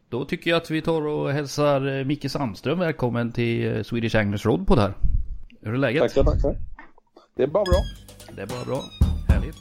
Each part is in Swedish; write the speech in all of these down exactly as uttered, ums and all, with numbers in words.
Då tycker jag att vi tar och hälsar Micke Sandström välkommen till Swedish Anglers Road på det här. Hur är läget? Tackar, tackar. Det är bara bra. Det är bara bra. Härligt.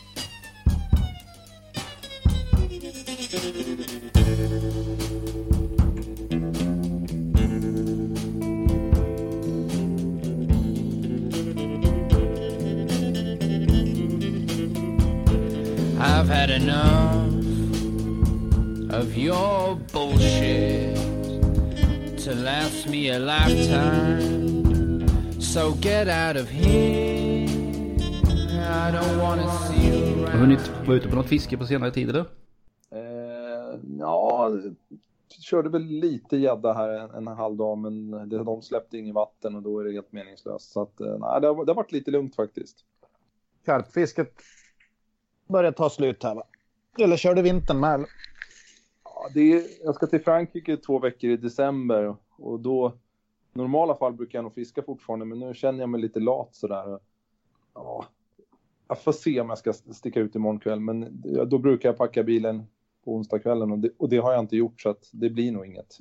I've had enough of your bullshit to last me a lifetime. So get out of here. I don't want to see you around. Har du hunnit vara ute på något fiske på senare tid eller? Eh, ja, körde väl lite gädda här en, en halv dag, men det, de släppte ingen vatten och då är det helt meningslöst. Så att, eh, nej, det, har, det har varit lite lugnt faktiskt. Karpfisket börjar ta slut här, va? Eller körde vintern med? Eller? Ja, det är, jag ska till Frankrike två veckor i december och då, i normala fall brukar jag nog fiska fortfarande, men nu känner jag mig lite lat sådär. Ja, jag får se om jag ska sticka ut imorgon kväll, men då brukar jag packa bilen på onsdagskvällen och det, och det har jag inte gjort, så att det blir nog inget.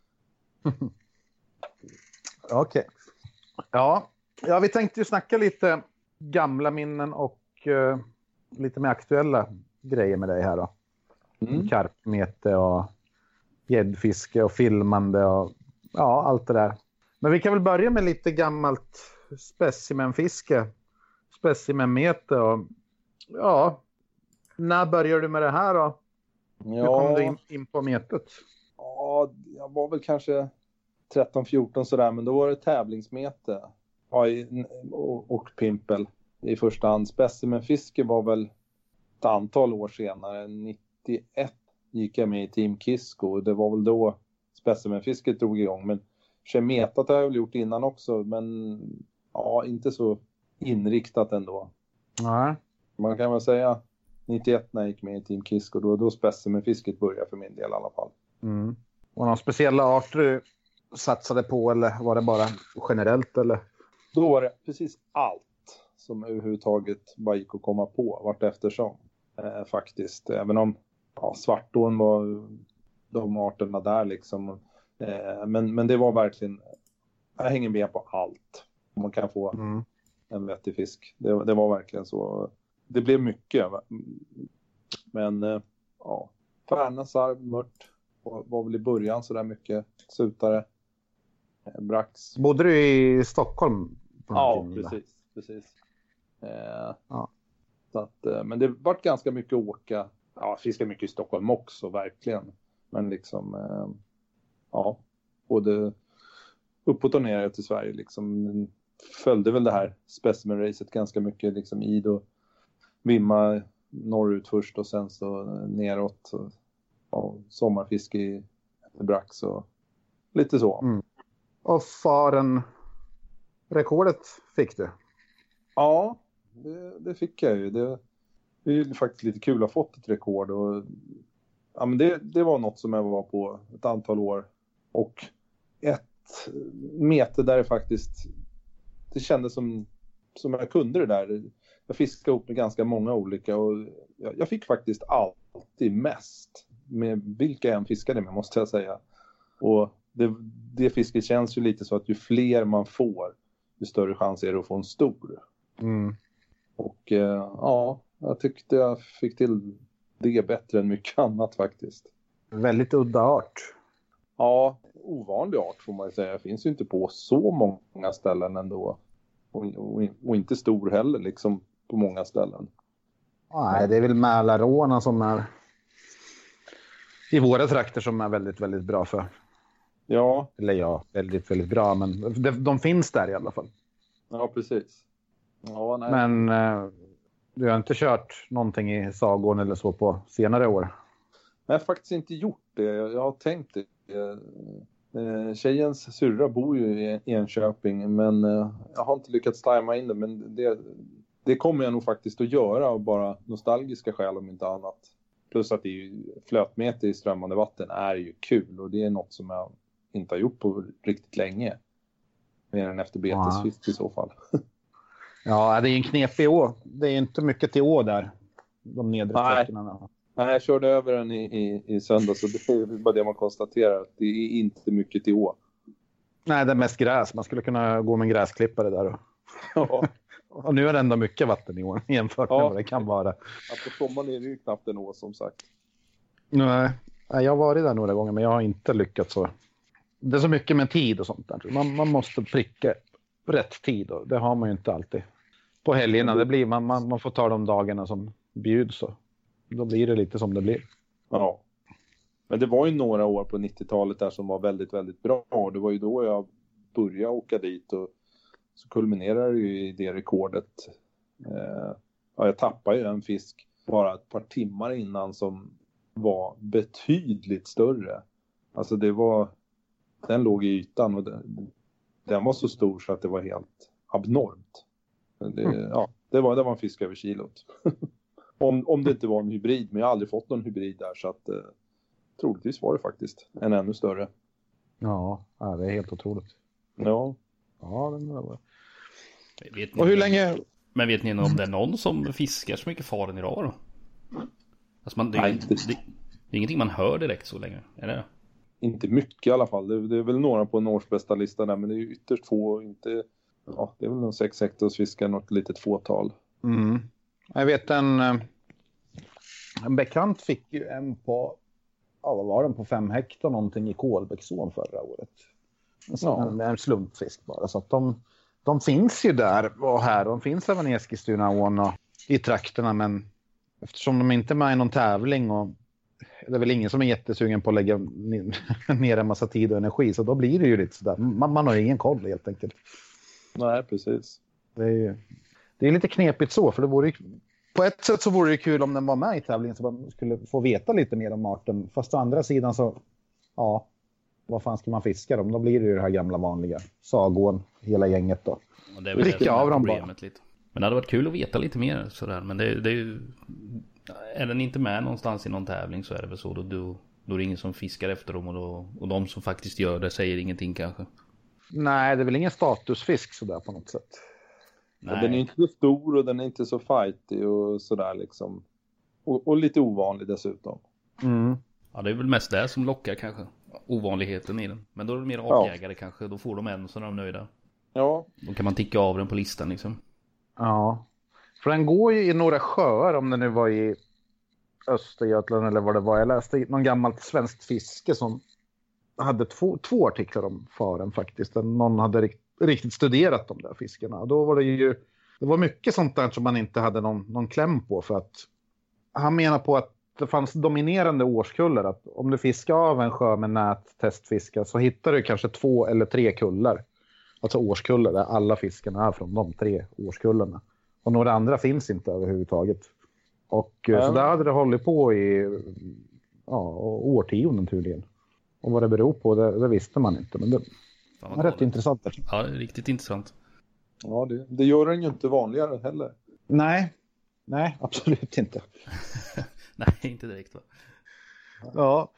Okej. Okay. Ja. ja, vi tänkte ju snacka lite gamla minnen och uh, lite mer aktuella grejer med dig här då. Mm. Karpmete och gäddfiske och filmande och ja, allt det där. Men vi kan väl börja med lite gammalt specimenfiske, specimenmete och ja, när började du med det här då? Ja, hur kom du in, in på metet? Ja, jag var väl kanske tretton fjorton sådär, men då var det tävlingsmete ja, i, och, och pimpel i första hand. Specimenfiske var väl ett antal år senare, nittioett gick jag med i Team Kisko och det var väl då specimenfisket drog igång. Men kemetat har jag väl gjort innan också, men ja, inte så inriktat ändå. Nej. Man kan väl säga nittioett när jag gick med i Team Kisko, då, då specimenfisket började för min del i alla fall. Mm. Och några speciella arter du satsade på, eller var det bara generellt? Eller? Då var det precis allt som överhuvudtaget bara gick att komma på vart eftersom. Eh, faktiskt, även om ja, svartån var de arterna där liksom. Eh, men, men det var verkligen, jag hänger med på allt. Man kan få mm. en vettig fisk. Det, det var verkligen så. Det blev mycket. Men eh, ja, färna, sarv, mört var, var väl i början så där mycket sutare. Eh, brax. Bodde du i Stockholm? Ja, precis. precis. Eh, ja. Så att, eh, men det var ganska mycket åka. Ja, fiska mycket i Stockholm också, verkligen. Men liksom, eh, ja, både uppåt och ner till Sverige liksom. Följde väl det här specimen-racet ganska mycket liksom id och vimma norrut först och sen så neråt och, och sommarfiske i brax och lite så. Mm. Och faren rekordet fick du? Ja, det, det fick jag ju. Det, det är ju faktiskt lite kul att ha fått ett rekord och ja, men det, det var något som jag var på ett antal år och ett mete där det faktiskt det kändes som, som jag kunde det där. Jag fiskade upp med ganska många olika och jag, jag fick faktiskt alltid mest med vilka jag än fiskade med, måste jag säga. Och det, det fisket känns ju lite så att ju fler man får, ju större chans är det att få en stor. Mm. Och eh, ja, jag tyckte jag fick till det bättre än mycket annat faktiskt. Väldigt udda art. Ja, ovanlig art får man ju säga. Det finns ju inte på så många ställen ändå. Och, och, och inte stor heller liksom på många ställen. Nej, det är väl Mälaråna som är i våra trakter som är väldigt, väldigt bra för. Ja. Eller ja, väldigt, väldigt bra. Men de, de finns där i alla fall. Ja, precis. Ja, nej. Men eh, du har inte kört någonting i Sagården eller så på senare år? Jag har faktiskt inte gjort det. Jag, jag har tänkt det. Eh, tjejens syrra bor ju i Enköping, men eh, jag har inte lyckats tajma in det. Men det, det kommer jag nog faktiskt att göra av bara nostalgiska skäl om inte annat. Plus att det är ju, flötmete i strömmande vatten är ju kul och det är något som jag inte har gjort på riktigt länge. Mer än efter betesfisk i så fall. Ja, det är en knepig å. Det är inte mycket till å där. De nedre träckorna. Nej, Nej, jag körde över den i, i, i söndag, så det är bara det man konstaterar. Att det är inte mycket till å. Nej, det är mest gräs. Man skulle kunna gå med en gräsklippare där. Och, Ja. och nu är det ändå mycket vatten i ån jämfört med Ja. vad det kan vara. Att på sommaren är det ju knappt en å, som sagt. Nej, Nej, jag har varit där några gånger men jag har inte lyckats så. Det är så mycket med tid och sånt där. Man, man måste pricka rätt tid och det har man ju inte alltid. På helgerna, det blir, man, man, man får ta de dagarna som bjuds så. Då blir det lite som det blir. Ja. Men det var ju några år på nittiotalet där som var väldigt, väldigt bra. Det var ju då jag började åka dit och så kulminerade det ju i det rekordet. Eh, ja, jag tappade ju en fisk bara ett par timmar innan som var betydligt större. Alltså det var, den låg i ytan och den, den var så stor så att det var helt abnormt. Det, mm. ja, det, var, det var en fisk över kilot. om, om det inte var en hybrid, men jag har aldrig fått någon hybrid där så att eh, troligtvis var det faktiskt en ännu större. Ja, ja det är helt otroligt. Ja. Ja, den var... Vet ni, och hur länge... Men vet ni om det är någon som fiskar så mycket faren idag då? Alltså man, det, är, Nej, det, det, det är ingenting man hör direkt så länge, är det? Inte mycket i alla fall. Det, det är väl några på Norrs bästa lista där, men det är ju ytterst få. Inte, ja, det är väl någon sex hektarsfiskare, något litet fåtal. Mm. Jag vet en, en bekant fick ju en på, ja vad var den, på fem hektar någonting i Kolbäcksån förra året. Ja. En, en slumpfisk bara. Så att de, de finns ju där och här. De finns även i Eskilstunaån och i trakterna, men eftersom de inte är med i någon tävling och det är väl ingen som är jättesugen på att lägga ner en massa tid och energi, så då blir det ju lite sådär. Man, man har ingen koll helt enkelt. Nej, precis. Det är ju, det är lite knepigt så, för det vore ju, på ett sätt så vore det kul om den var med i tävlingen så man skulle få veta lite mer om arten. Fast å andra sidan så, ja, vad fan ska man fiska dem? Då blir det ju det här gamla vanliga sagån, hela gänget då. Och det är väl Ricka det av dem bara. Lite. Men det hade varit kul att veta lite mer sådär. Men det, det är ju, är den inte med någonstans i någon tävling så är det väl så. Då, då, då är det ingen som fiskar efter dem och, då, och de som faktiskt gör det säger ingenting kanske. Nej, det är väl ingen statusfisk sådär på något sätt. Nej. Den är inte så stor och den är inte så fightig och sådär liksom. Och, och lite ovanlig dessutom. Mm. Ja, det är väl mest det som lockar kanske. Ovanligheten i den. Men då är det mer avjägare ja. kanske. Då får de en så är de nöjda. Ja. Då kan man ticka av den på listan liksom. Ja. För den går ju i några sjöar, om det nu var i Östergötland eller vad det var. Jag läste någon gammalt svenskt fiske som hade två, två artiklar om faren faktiskt. Någon hade rikt, riktigt studerat de där fiskarna. Och då var det ju, det var mycket sånt där som man inte hade någon, någon kläm på. För att han menar på att det fanns dominerande årskullar. Att om du fiskar av en sjö med nät testfiskar så hittar du kanske två eller tre kullar. Alltså årskullar där alla fiskarna är från de tre årskullarna. Och några andra finns inte överhuvudtaget. Och mm. så där hade det hållit på i ja, årtionden tydligen. Och vad det beror på, det, det visste man inte. Men det är rätt intressant. Ja, riktigt intressant. Ja, det, det gör den ju inte vanligare heller. Nej, nej, absolut inte. Nej, inte direkt va? Ja.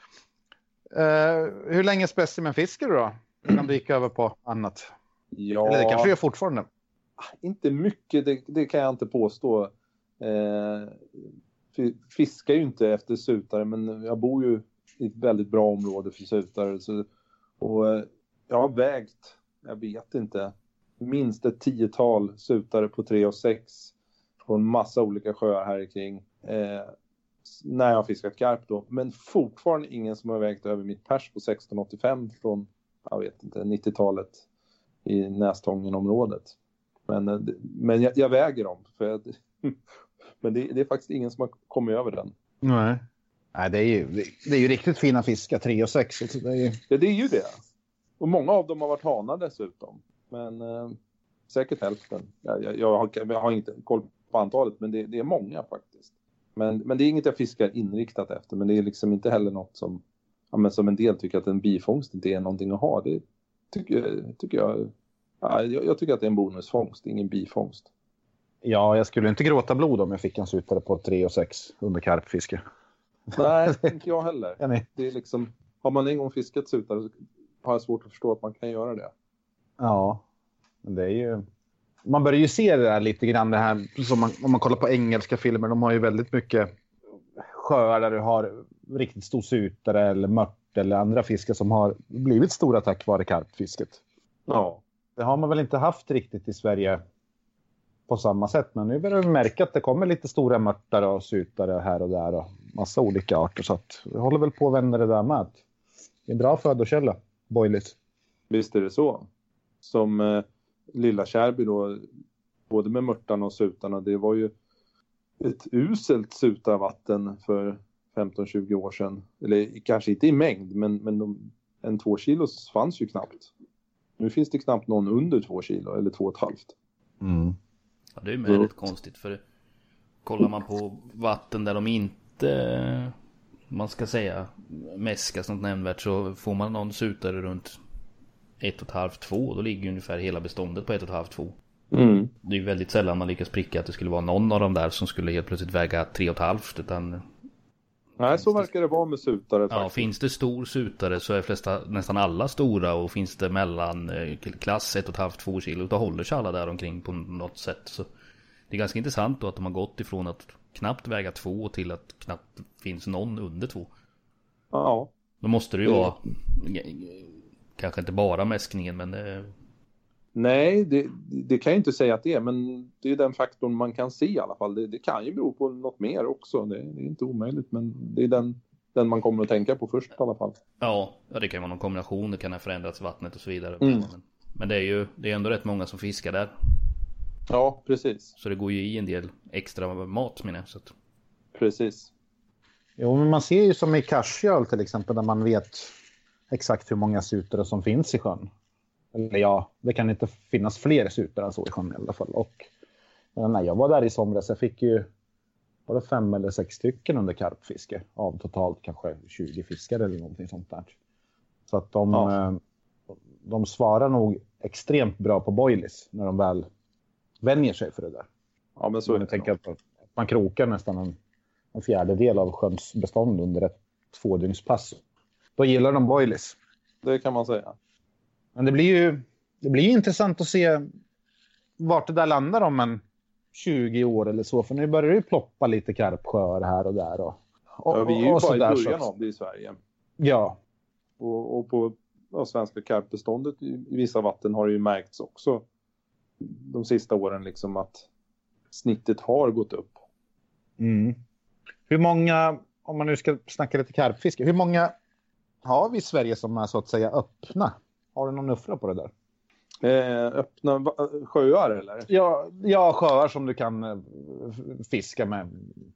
Uh, hur länge specimen fiskar du då? Kan du gick över på annat? Ja. Eller det kanske gör fortfarande. Inte mycket, det, det kan jag inte påstå. Eh, fiskar ju inte efter sutare, men jag bor ju i ett väldigt bra område för sutare. Så, och jag har vägt, jag vet inte, minst ett tiotal sutare på tre och sex från massa olika sjöar här kring. Eh, när jag har fiskat karp då. Men fortfarande ingen som har vägt över mitt pers på sexton åttiofem från, jag vet inte, nittiotalet i Nästången-området. Men, men jag, jag väger dem. För jag, men det, det är faktiskt ingen som har kommit över den. Nej, Nej det, är ju, det, det är ju riktigt fina fiskar, tre och sex. Det är ju... Ja, det är ju det. Och många av dem har varit hanar dessutom. Men eh, säkert hälften. Jag, jag, jag, har, jag har inte koll på antalet, men det, det är många faktiskt. Men, men det är inget jag fiskar inriktat efter. Men det är liksom inte heller något som, ja, men som en del tycker att en bifångst inte är någonting att ha. Det tycker, tycker jag... Ja, jag, jag tycker att det är en bonusfångst, ingen bifångst. Ja, jag skulle inte gråta blod om jag fick en sutare på tre och sex under karpfiske. Nej, inte jag heller. Ja, nej. Det är liksom, har man en gång fiskat sutare så har jag svårt att förstå att man kan göra det. Ja, men det är ju... Man börjar ju se det där lite grann, det här som man, om man kollar på engelska filmer, de har ju väldigt mycket sjöar där du har riktigt stor sutare eller mört eller andra fiskar som har blivit stora tack vare karpfisket. Ja. Det har man väl inte haft riktigt i Sverige på samma sätt. Men nu börjar vi märka att det kommer lite stora mörtar och sutare här och där och massa olika arter. Så att vi håller väl på att vända det där med att det är en bra födokälla, boiligt. Visst är det så. Som eh, Lilla Kärrby då, både med mörtarna och sutarna, det var ju ett uselt sutarvatten för femton tjugo år sedan. Eller kanske inte i mängd, men, men de, en två kilos fanns ju knappt. Nu finns det knappt någon under två kilo, eller två och ett halvt. Mm. Ja, det är ju väldigt konstigt, för kollar man på vatten där de inte, man ska säga, mäskas något nämnvärt, så får man någon sutare runt ett och ett halvt, två, då ligger ungefär hela beståndet på ett och ett halvt, två. Mm. Det är ju väldigt sällan man lyckas pricka att det skulle vara någon av dem där som skulle helt plötsligt väga tre och ett halvt, utan... Nej, så verkar det vara med sutare ja, faktiskt. Finns det stor sutare så är flesta, nästan alla stora, och finns det mellan eh, klass ett och ett halvt, två kilo, då håller sig alla där omkring på något sätt. Så det är ganska intressant då att de har gått ifrån att knappt väga två till att knappt finns någon under två. Ja. Då måste det ju vara, kanske inte bara mäskningen, men... Eh... Nej, det, det kan jag inte säga att det är, men det är den faktorn man kan se i alla fall. Det, det kan ju bero på något mer också, det, det är inte omöjligt, men det är den, den man kommer att tänka på först i alla fall. Ja, ja, det kan vara någon kombination, det kan ha förändrats vattnet och så vidare. Mm. Men, men det är ju det är ändå rätt många som fiskar där. Ja, precis. Så det går ju i en del extra mat, menar jag. Så att... Precis. Jo, men man ser ju som i Karsjöl till exempel, där man vet exakt hur många sutare som finns i sjön. Eller ja, det kan inte finnas fler sutare än så i sjön i alla fall. Och när jag var där i somras, jag fick ju var det fem eller sex stycken under karpfiske. Av totalt kanske tjugo fiskare eller någonting sånt där. Så att de, ja. de svarar nog extremt bra på boilies när de väl vänjer sig för det där. Ja, men så jag tänker att man krokar nästan en, en fjärdedel av sjöns bestånd under ett tvådygnspass. Då gillar de boilies. Det kan man säga. Men det blir ju det blir ju intressant att se vart det där landar om en tjugo år eller så. För nu börjar det ju ploppa lite karpsjöar här och där. Och, och, ja, vi är ju och bara i där, början så. av det i Sverige. Ja. Och, och på ja, svenska karpbeståndet i, i vissa vatten har det ju märkts också de sista åren liksom att snittet har gått upp. Mm. Hur många, om man nu ska snacka lite karpfiske, hur många har vi i Sverige som är så att säga öppna? Har du någon nuffra på det där? Eh, öppna sjöar eller? Ja, ja, sjöar som du kan eh, fiska med.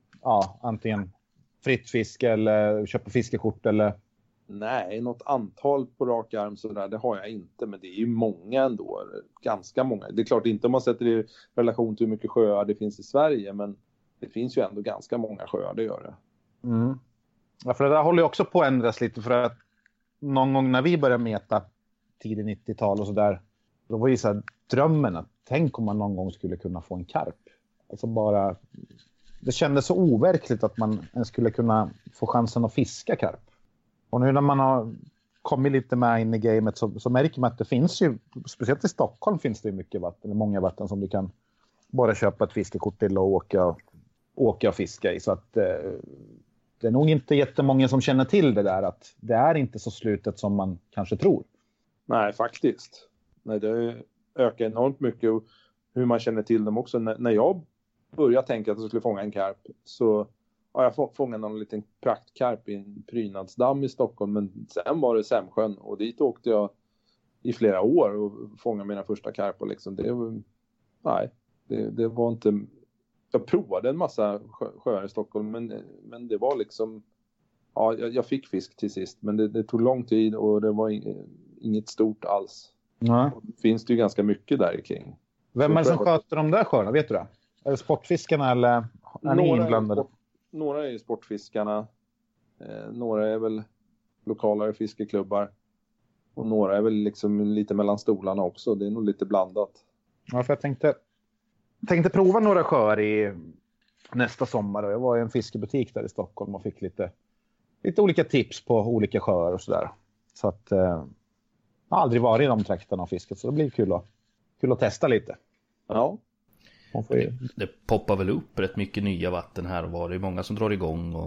Ja, antingen fritt fiske eller köpa fiskekort eller... Nej, något antal på rak arm så där, det har jag inte. Men det är ju många ändå. Ganska många. Det är klart inte om man sätter det i relation till hur mycket sjöar det finns i Sverige. Men det finns ju ändå ganska många sjöar, det gör det. Mm. Ja, för det där håller ju också på att ändras lite. För att någon gång när vi började meta tidigt nittiotal och sådär, då var ju så här drömmen att tänk om man någon gång skulle kunna få en karp. Alltså bara, det kändes så overkligt att man ens skulle kunna få chansen att fiska karp. Och nu när man har kommit lite med in i gamet så, så märker man att det finns ju, speciellt i Stockholm finns det mycket vatten, eller många vatten som du kan bara köpa ett fiskekort till och åka, åka och fiska i. Så att eh, det är nog inte jättemånga som känner till det där, att det är inte så slutet som man kanske tror. Nej, faktiskt. Nej, det ökar enormt mycket. Och hur man känner till dem också. När, när jag började tänka att jag skulle fånga en karp så ja, jag fångade någon liten praktkarp i en prydnadsdamm i Stockholm. Men sen var det Sämsjön och dit åkte jag i flera år och fångade mina första karp. Och liksom det, nej, det, det var inte... Jag provade en massa sjö, sjöar i Stockholm men, men det var liksom... Ja, jag, jag fick fisk till sist men det, det tog lång tid och det var inget stort alls. Nej. Det finns det ju ganska mycket där kring. Vem är det som sköter de där sjöarna, vet du det? Är det sportfiskarna eller är ni inblandade? Är sport, några är sportfiskarna. Eh, några är väl lokalare fiskeklubbar. Och några är väl liksom lite mellan stolarna också. Det är nog lite blandat. Ja, för jag tänkte, tänkte prova några sjöar i nästa sommar. Jag var i en fiskebutik där i Stockholm och fick lite, lite olika tips på olika sjöar och sådär. Så att... Eh, jag har aldrig varit i de trakterna och fiskat så det blir kul att, kul att testa lite. Ja. Det, det poppar väl upp rätt mycket nya vatten här och var. Det är många som drar igång och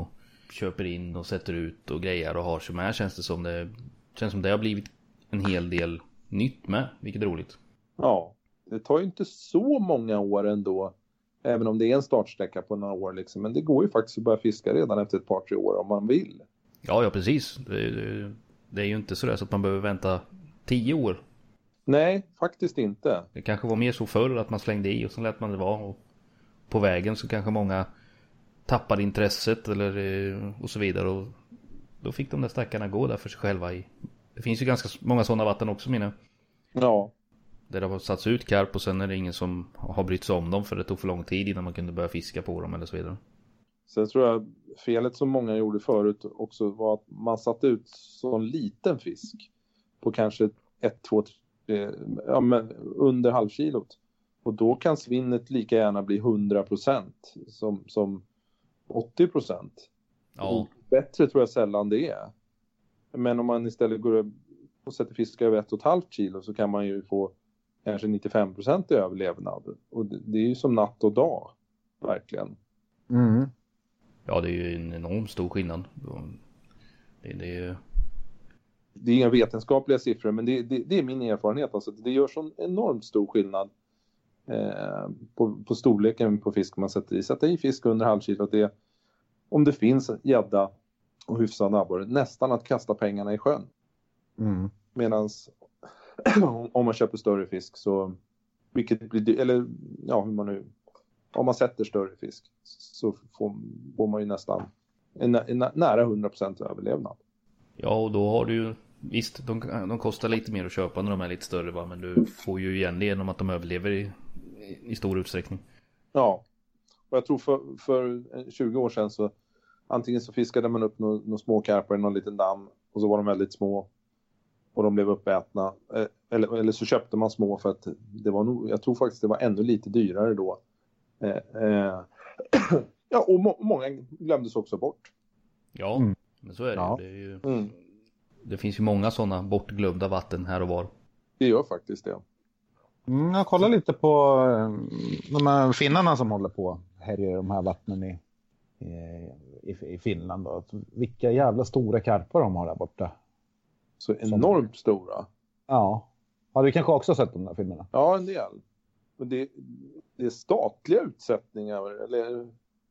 köper in och sätter ut och grejer och har sig med, känns det som det känns som det har blivit en hel del nytt med, vilket är roligt. Ja, det tar ju inte så många år ändå, även om det är en startsträcka på några år liksom, men det går ju faktiskt att börja fiska redan efter ett par tre år om man vill. Ja, ja precis. Det, det, det är ju inte så där så att man behöver vänta tio år. Nej, faktiskt inte. Det kanske var mer så förr att man slängde i och så lät man det vara, och på vägen så kanske många tappade intresset eller och så vidare, och då fick de där stackarna gå där för sig själva i. Det finns ju ganska många sådana vatten också, mina. Ja. Där det har satts ut karp och sen är det ingen som har brytt sig om dem för det tog för lång tid innan man kunde börja fiska på dem eller så vidare. Sen tror jag felet som många gjorde förut också var att man satte ut så en liten fisk på kanske ett, två, tre, ja men under halvkilot. Och då kan svinnet lika gärna bli hundra procent som, som åttio procent. Ja. Och bättre tror jag sällan det är. Men om man istället går och sätter fiskar över ett och ett halvt kilo så kan man ju få kanske nittiofem procent i överlevnad. Och det, det är ju som natt och dag, verkligen. Mm. Ja, det är ju en enormt stor skillnad. Det, det är ju... Det är inga vetenskapliga siffror, men det, det, det är min erfarenhet. Alltså, det gör sån enormt stor skillnad eh, på, på storleken på fisk man sätter i. Sätta i fisk under halvkilo, det, om det finns gädda och hyfsad abborre, nästan att kasta pengarna i sjön. Mm. Medans om man köper större fisk så, vilket blir, eller ja, hur man nu, om man sätter större fisk så får, får man ju nästan en, en, nära hundra procent överlevnad. Ja, och då har du ju, visst, de, de kostar lite mer att köpa när de är lite större, va? Men du får ju igen det genom att de överlever i, i stor utsträckning. Ja, och jag tror för, för tjugo år sedan så antingen så fiskade man upp några, några små karpar i någon liten damm och så var de väldigt små och de blev uppätna. Eller, eller så köpte man små för att det var nog, jag tror faktiskt det var ännu lite dyrare då. Eh, eh, ja, och må, många glömdes också bort. Ja, Mm. men så är det, Ja. det är ju. Mm. Det finns ju många sådana bortglömda vatten här och var. Det gör faktiskt det. Mm, jag kollar lite på eh, de här finnarna som håller på här i de här vattnen i, i, i Finland. Då. Vilka jävla stora karpar de har där borta. Så enormt stora. Ja. Har du kanske också sett de där filmerna? Ja, en del. Men det, det är statliga utsättningar, eller?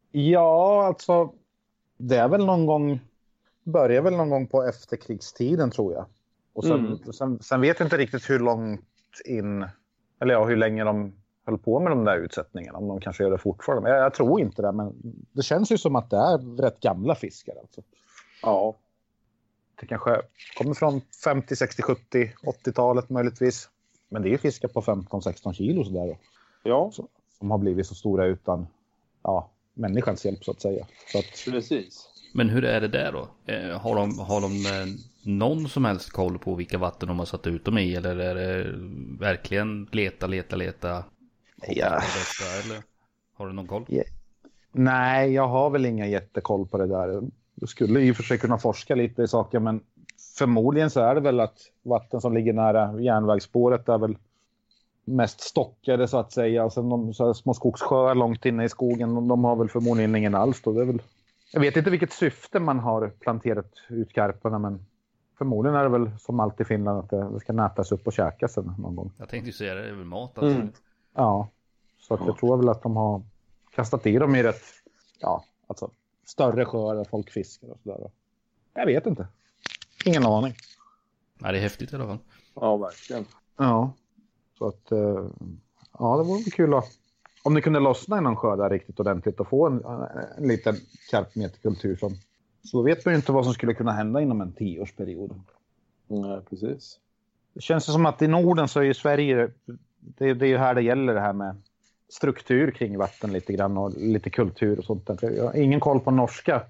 Ja, alltså det är väl någon gång, börjar väl någon gång på efterkrigstiden tror jag. Och sen, Mm. sen, sen vet jag inte riktigt hur långt in, eller ja, hur länge de höll på med de där utsättningarna. Om de kanske gör det fortfarande. Jag, jag tror inte det, men det känns ju som att det är rätt gamla fiskar alltså. Ja. Det kanske kommer från femtio, sextio, sjuttio, åttiotalet möjligtvis. Men det är ju fiskar på femton sexton kilo sådär då. Ja, Så, som har blivit så stora utan ja, människans hjälp så att säga. Så att, precis. Men hur är det där då? Eh, har de, har de eh, någon som helst koll på vilka vatten de har satt ut dem i? Eller är det verkligen leta, leta, leta? Ja. Detta, eller har du någon koll? Ja. Nej, jag har väl inga jättekoll på det där. Jag skulle i och för sig kunna forska lite i saker, men förmodligen så är det väl att vatten som ligger nära järnvägsspåret är väl mest stockade så att säga. Och sen de så här små skogssjöar långt inne i skogen, de har väl förmodligen ingen alls då. Det är väl... Jag vet inte vilket syfte man har planterat ut karparna, men förmodligen är det väl som alltid i Finland att det ska nätas upp och käkas någon gång. Jag tänkte ju säga det, det är väl mat alltså. Mm. Ja, så att jag tror väl att de har kastat i dem i rätt, ja, alltså större sjöar där folk fiskar och sådär. Jag vet inte. Ingen aning. Nej, det är häftigt i alla fall. Ja, verkligen. Ja, så att eh, ja, det vore kul att, om det kunde lossna i någon sjö där riktigt ordentligt och få en, en liten karpmeterkultur som, så vet man ju inte vad som skulle kunna hända inom en tioårsperiod. Nej, precis. Det känns som att i Norden så är ju Sverige, det, det är ju här det gäller det här med struktur kring vatten lite grann och lite kultur och sånt där. Jag har ingen koll på norska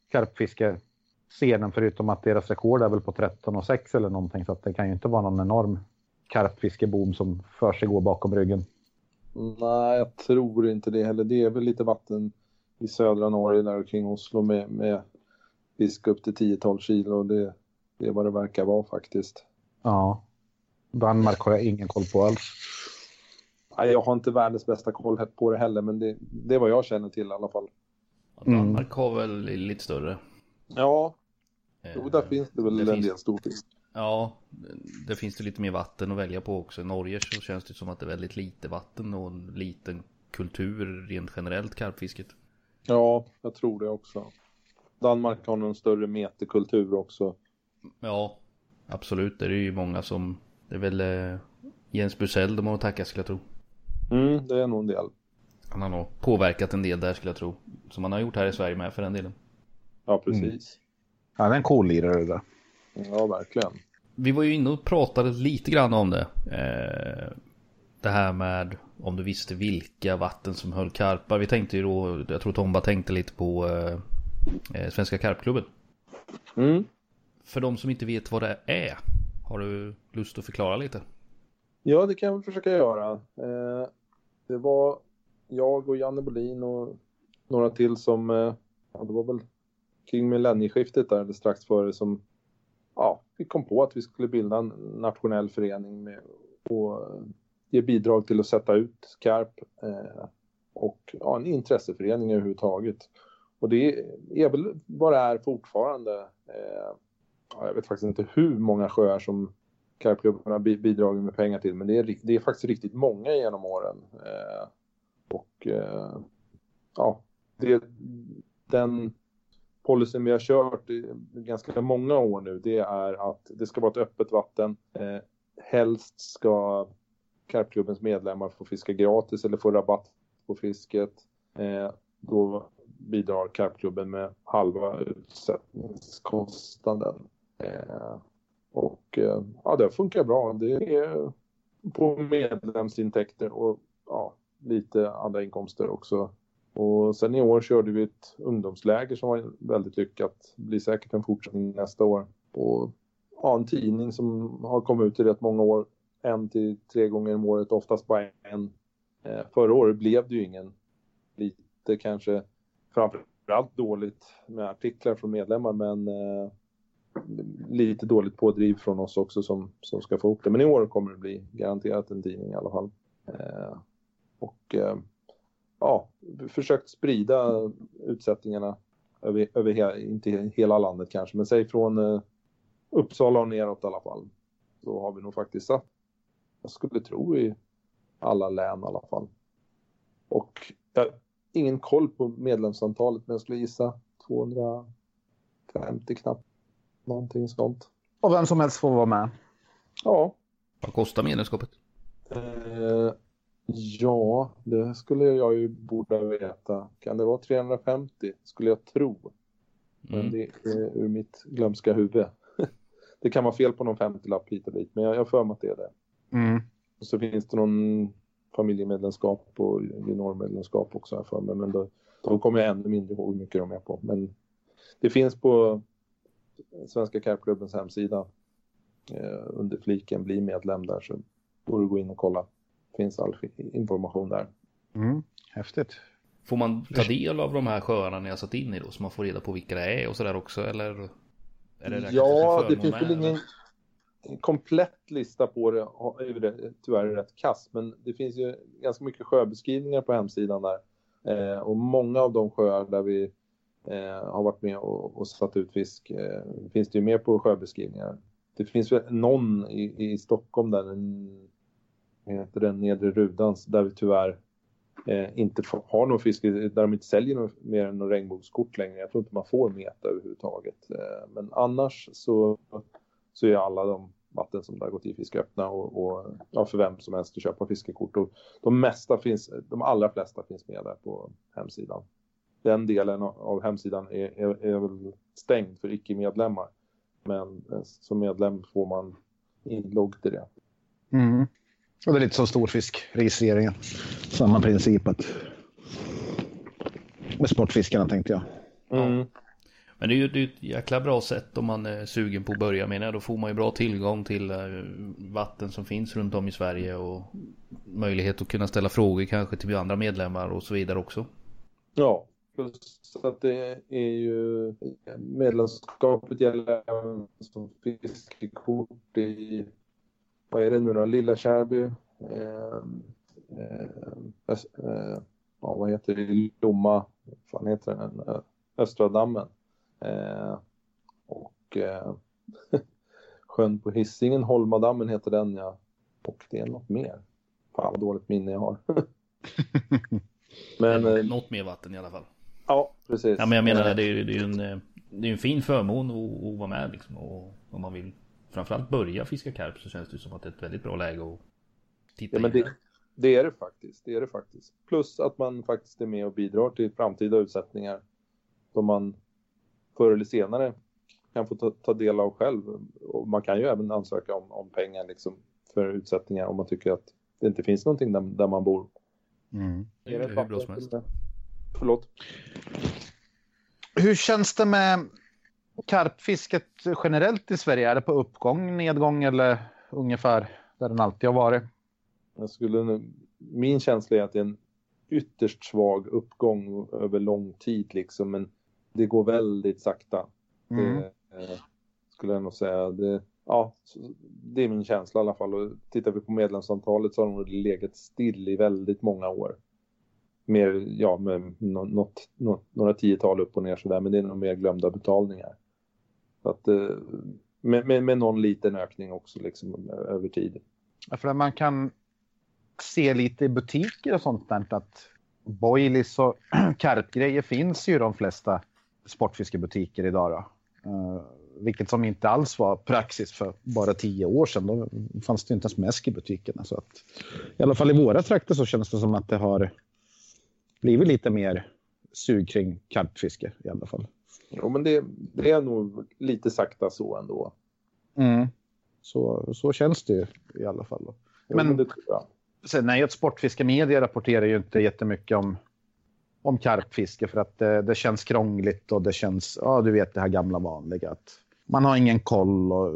karpfiskescenen förutom att deras rekord är väl på tretton och sex eller någonting, så att det kan ju inte vara någon enorm karpfiskeboom som för sig går bakom ryggen. Nej, jag tror inte det heller. Det är väl lite vatten i södra Norge där kring Oslo med, med fisk upp till tio tolv kilo. Det, det är vad det verkar vara faktiskt. Ja, Danmark har jag ingen koll på alls. Nej, jag har inte världens bästa koll på det heller, men det, det är vad jag känner till i alla fall. Ja, Danmark har väl lite större. Ja, Eh, jo, där finns det väl det en finns... del storfisk. Ja, det finns det lite mer vatten att välja på också. I Norge så känns det som att det är väldigt lite vatten och en liten kultur rent generellt karpfisket. Ja, jag tror det också. Danmark har en större meterkultur också. Ja, absolut. Det är ju många som... Det är väl eh, Jens Bursell de har att tacka, skulle jag tro. Mm, det är nog en del. Han har nog påverkat en del där, skulle jag tro. Som han har gjort här i Sverige med, för den delen. Ja, precis. Mm. Ja, det är en cool lirare där. Ja, verkligen. Vi var ju inne och pratade lite grann om det. Eh, det här med om du visste vilka vatten som höll karpar. Vi tänkte ju då, jag tror Tomba tänkte lite på eh, Svenska Karpklubben. Mm. För de som inte vet vad det är, har du lust att förklara lite? Ja, det kan jag försöka göra. Eh, det var jag och Janne Bolin och några till som, eh, ja, det var väl kring millennieskiftet där, eller strax före, som ja, vi kom på att vi skulle bilda en nationell förening med, och ge bidrag till att sätta ut karp eh, och ja, en intresseförening överhuvudtaget. Och det är väl vad det är fortfarande. Eh, ja, jag vet faktiskt inte hur många sjöar som karpklubbarna bidragit med pengar till, men det är, det är faktiskt riktigt många genom åren. Eh, och eh, ja, det, den policyn vi har kört i ganska många år nu, det är att det ska vara ett öppet vatten. Eh, helst ska karpklubbens medlemmar få fiska gratis eller få rabatt på fisket. Eh, då bidrar karpklubben med halva utsättningskostnaden. Eh, och eh, ja, det funkar bra. Det är på medlemsintäkter och ja, lite andra inkomster också. Och sen i år körde vi ett ungdomsläger som var väldigt lyckat. Det blir säkert en fortsättning nästa år. Och ja, en tidning som har kommit ut i rätt många år. En till tre gånger om året, oftast bara en. Eh, förra året blev det ju ingen. Lite kanske framförallt dåligt med artiklar från medlemmar, men eh, lite dåligt pådriv från oss också som, som ska få ihop det. Men i år kommer det bli garanterat en tidning i alla fall. Eh, och eh, ja, försökt sprida utsättningarna över, över hela, inte hela landet kanske, men säg från eh, Uppsala och neråt i alla fall. Så har vi nog faktiskt satt, jag skulle tro, i alla län i alla fall. Och jag har ingen koll på medlemsantalet, men jag skulle gissa tvåhundrafemtio knappt. Någonting sånt. Och vem som helst får vara med. Ja. Vad kostar medlemskapet? Eh, ja, det skulle jag ju borde veta. Kan det vara trehundrafemtio? Skulle jag tro. Men mm. det är ur mitt glömska huvud. Det kan vara fel på någon femtio-lapp hit och dit, men jag har för mig att det är det. Mm. Och så finns det någon familjemedlemskap och juniormedlemskap också här för mig. Men då, då kommer jag ännu mindre ihåg hur mycket de är på. Men det finns på Svenska Karpklubbens hemsida eh, under fliken bli medlem där, så får du gå in och kolla. Det finns all information där. Mm. Häftigt. Får man ta del av de här sjöarna ni har satt in i då, så man får reda på vilka det är och sådär också, eller? Är det ja, det finns väl ingen komplett lista på det, det tyvärr är rätt kass, men det finns ju ganska mycket sjöbeskrivningar på hemsidan där. Eh, och många av de sjöar där vi eh, har varit med och, och satt ut fisk eh, finns det ju med på sjöbeskrivningar. Det finns väl någon i, i Stockholm där den heter den Nedre Rudans, där vi tyvärr eh, inte har någon fisk, där de inte säljer någon, mer än någon regnbågskort längre. Jag tror inte man får meta överhuvudtaget. Eh, men annars så, så är alla de vatten som där gått i fisk öppna och, och ja, för vem som helst att köpa fiskekort. Och de mesta finns, de allra flesta finns med där på hemsidan. Den delen av hemsidan är, är, är väl stängd för icke-medlemmar. Men som medlem får man inlogg till det. Mm. Och det är lite som storfiskregistreringen. Samma princip att med sportfiskarna, tänkte jag. Mm. Men det är ju det är ett jäkla bra sätt om man är sugen på att börja med det. Då får man ju bra tillgång till vatten som finns runt om i Sverige och möjlighet att kunna ställa frågor kanske till andra medlemmar och så vidare också. Ja, plus att det är ju medlemskapet gäller även som fiskekort i, vad är det nu då, Lilla Kärby, eh, eh, eh, ja, vad heter det, Lomma, vad heter den, Östra dammen. Eh, och eh, sjön på Hisingen, Holmadammen heter den, ja. Och det är något mer. Fan vad dåligt minne jag har. Men något, eh, något mer vatten i alla fall. Ja, precis. Ja, men jag menar det är ju det är en, det är en fin förmån att, att vara med liksom, och om man vill framförallt börja fiska karp så känns det som att det är ett väldigt bra läge att titta ja, men det, det är det faktiskt. Det är det faktiskt. Plus att man faktiskt är med och bidrar till framtida utsättningar som man förr eller senare kan få ta, ta del av själv. Och man kan ju även ansöka om, om pengar liksom, för utsättningar om man tycker att det inte finns någonting där, där man bor. Mm. Det är det hur bra som helst. Förlåt. Hur känns det med karpfisket generellt i Sverige? Är det på uppgång, nedgång eller ungefär där den alltid har varit? Jag skulle, min känsla är att det är en ytterst svag uppgång över lång tid liksom, men det går väldigt sakta. Mm. Det, eh, skulle jag nog säga. Det, ja, det är min känsla i alla fall. Och tittar vi på medlemsantalet så har de legat still i väldigt många år. Mer, ja, med något, något, några tiotal upp och ner sådär, men det är nog mer glömda betalningar. Så att, med, med, med någon liten ökning också liksom, över tid. Ja, för man kan se lite i butiker och sånt där att boilies och karpgrejer finns ju i de flesta sportfiskebutiker idag då. Uh, vilket som inte alls var praxis för bara tio år sedan. Då fanns det inte ens mäsk i butikerna. Så att, i alla fall i våra trakter så känns det som att det har blivit lite mer sug kring karpfiske i alla fall. Jo, men det, det är nog lite sakta så ändå. Mm. Så, så känns det ju i alla fall. Då. Jo, men men det tror jag. Sen är ju ett sportfiskemedia rapporterar ju inte jättemycket om, om karpfiske för att det, det känns krångligt och det känns, ja du vet det här gamla vanliga att man har ingen koll och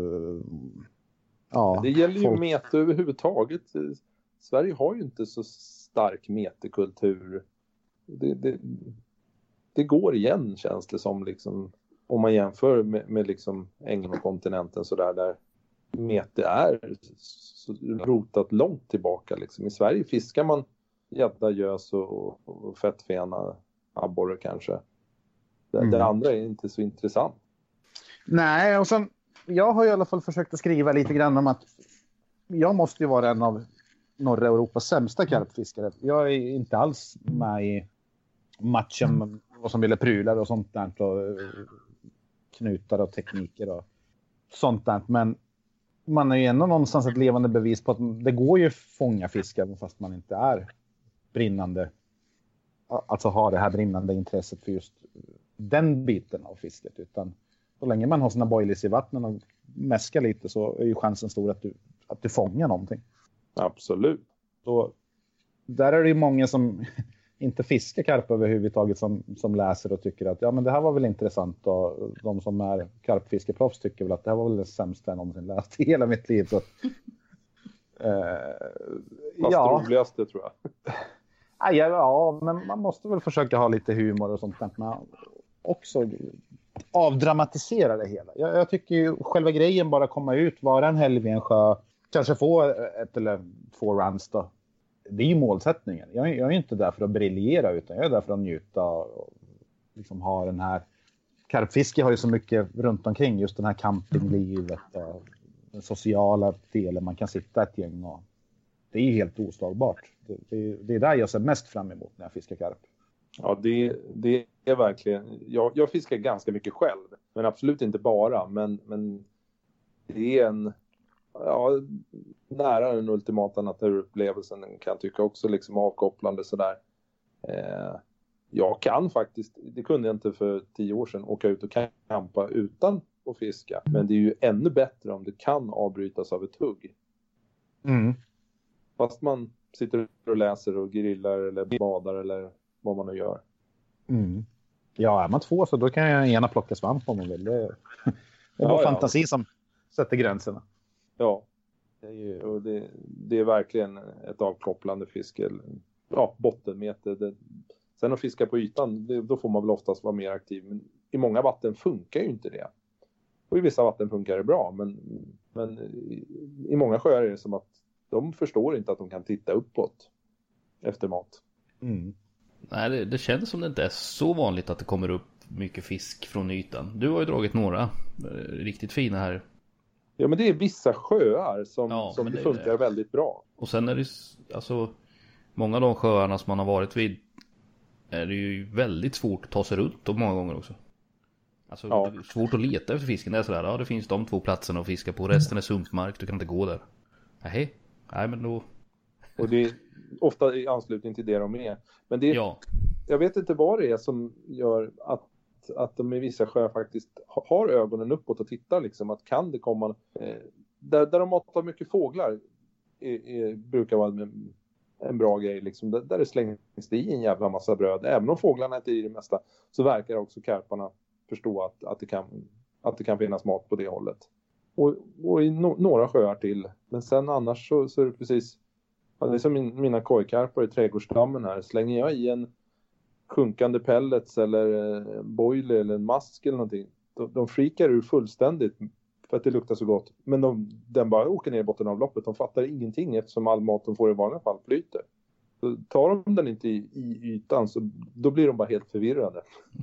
ja. Det gäller ju folk... mete överhuvudtaget. Sverige har ju inte så stark metekultur. Det, det, det går igen känns det som liksom, om man jämför med, med liksom ängen och kontinenten så där, där mete är så rotat långt tillbaka liksom. I Sverige fiskar man gädda, gös och, och fettfena abborre kanske. Det, mm. det andra är inte så intressant. Nej, och sen jag har i alla fall försökt att skriva lite grann om att jag måste ju vara en av norra Europas sämsta karpfiskare. Jag är inte alls med i matchen vad som ville prylar och sånt där och knutar och tekniker och sånt där. Men man är ju ändå någonstans ett levande bevis på att det går ju fånga fiskar fast man inte är brinnande, alltså har det här brinnande intresset för just den biten av fisket, utan så länge man har sina boilies i vattnet och mäskar lite så är ju chansen stor att du, att du fångar någonting. Absolut. Så där är det ju många som inte fiskar karp överhuvudtaget som, som läser och tycker att ja men det här var väl intressant, och de som är karpfiskeproffs tycker väl att det här var väl det sämsta jag någonsin läst i hela mitt liv. Så, eh, Fast ja. det roligaste tror jag. Ja, ja, men man måste väl försöka ha lite humor och sånt där. Men också avdramatisera det hela. Jag, jag tycker ju själva grejen bara komma ut, vara en helg vid en sjö, kanske få ett eller två runs då. Det är ju målsättningen. Jag, jag är inte där för att briljera, utan jag är där för att njuta och liksom ha den här... Karpfiske har ju så mycket runt omkring, just den här campinglivet och den sociala delen. Man kan sitta ett gäng och det är ju helt oslagbart. Det, det, det är där jag ser mest fram emot när jag fiskar karp. Ja, det, det är verkligen... Jag, jag fiskar ganska mycket själv, men absolut inte bara. Men, men det är en... Ja, nära den ultimata naturupplevelsen kan jag tycka också, liksom avkopplande sådär. Eh, jag kan faktiskt, det kunde jag inte för tio år sedan, åka ut och campa utan att fiska. Men det är ju ännu bättre om det kan avbrytas av ett hugg. Mm. Fast man sitter och läser och grillar eller badar eller vad man nu gör. Mm. Ja, är man två så då kan jag gärna plocka svamp om man vill. Det är, det är bara ja, fantasi ja. som sätter gränserna. Ja, det är, ju, och det, det är verkligen ett avkopplande fiske. Ja, bottenmete. Det, sen att fiska på ytan, det, då får man väl oftast vara mer aktiv. Men i många vatten funkar ju inte det. Och i vissa vatten funkar det bra. Men, men i, i många sjöar är det som att de förstår inte att de kan titta uppåt efter mat. Mm. Nej, det, det känns som det inte är så vanligt att det kommer upp mycket fisk från ytan. Du har ju dragit några eh, riktigt fina här. Ja, men det är vissa sjöar som, ja, som det, det funkar det. väldigt bra. Och sen är det alltså många av de sjöarna som man har varit vid är det ju väldigt svårt att ta sig runt och många gånger också. Alltså ja. Det är svårt att leta efter fisken. Det är sådär, ja det finns de två platserna att fiska på. Resten är sumpmark, du kan inte gå där. Nej, nej men då... Och det är ofta i anslutning till det de är. Men det är, ja. Jag vet inte vad det är som gör att, att de i vissa sjöar faktiskt har ögonen uppåt och tittar liksom. Att kan det komma... Eh, där, där de matar mycket fåglar är, är, brukar vara en, en bra grej liksom. Där, där det slängs det i en jävla massa bröd. Även om fåglarna inte är i det mesta så verkar också karparna förstå att, att, det kan, att det kan finnas mat på det hållet. Och, och i no, några sjöar till. Men sen annars så, så är det precis... Ja, det är som min, mina kojkarpar i trädgårdsdammen här. Slänger jag i en sjunkande pellets eller en boiler eller en mask eller någonting. De, de freakar ur fullständigt för att det luktar så gott. Men de, den bara åker ner i botten av loppet. De fattar ingenting eftersom all mat de får i vanliga fall flyter. Så tar de den inte i, i ytan så då blir de bara helt förvirrade.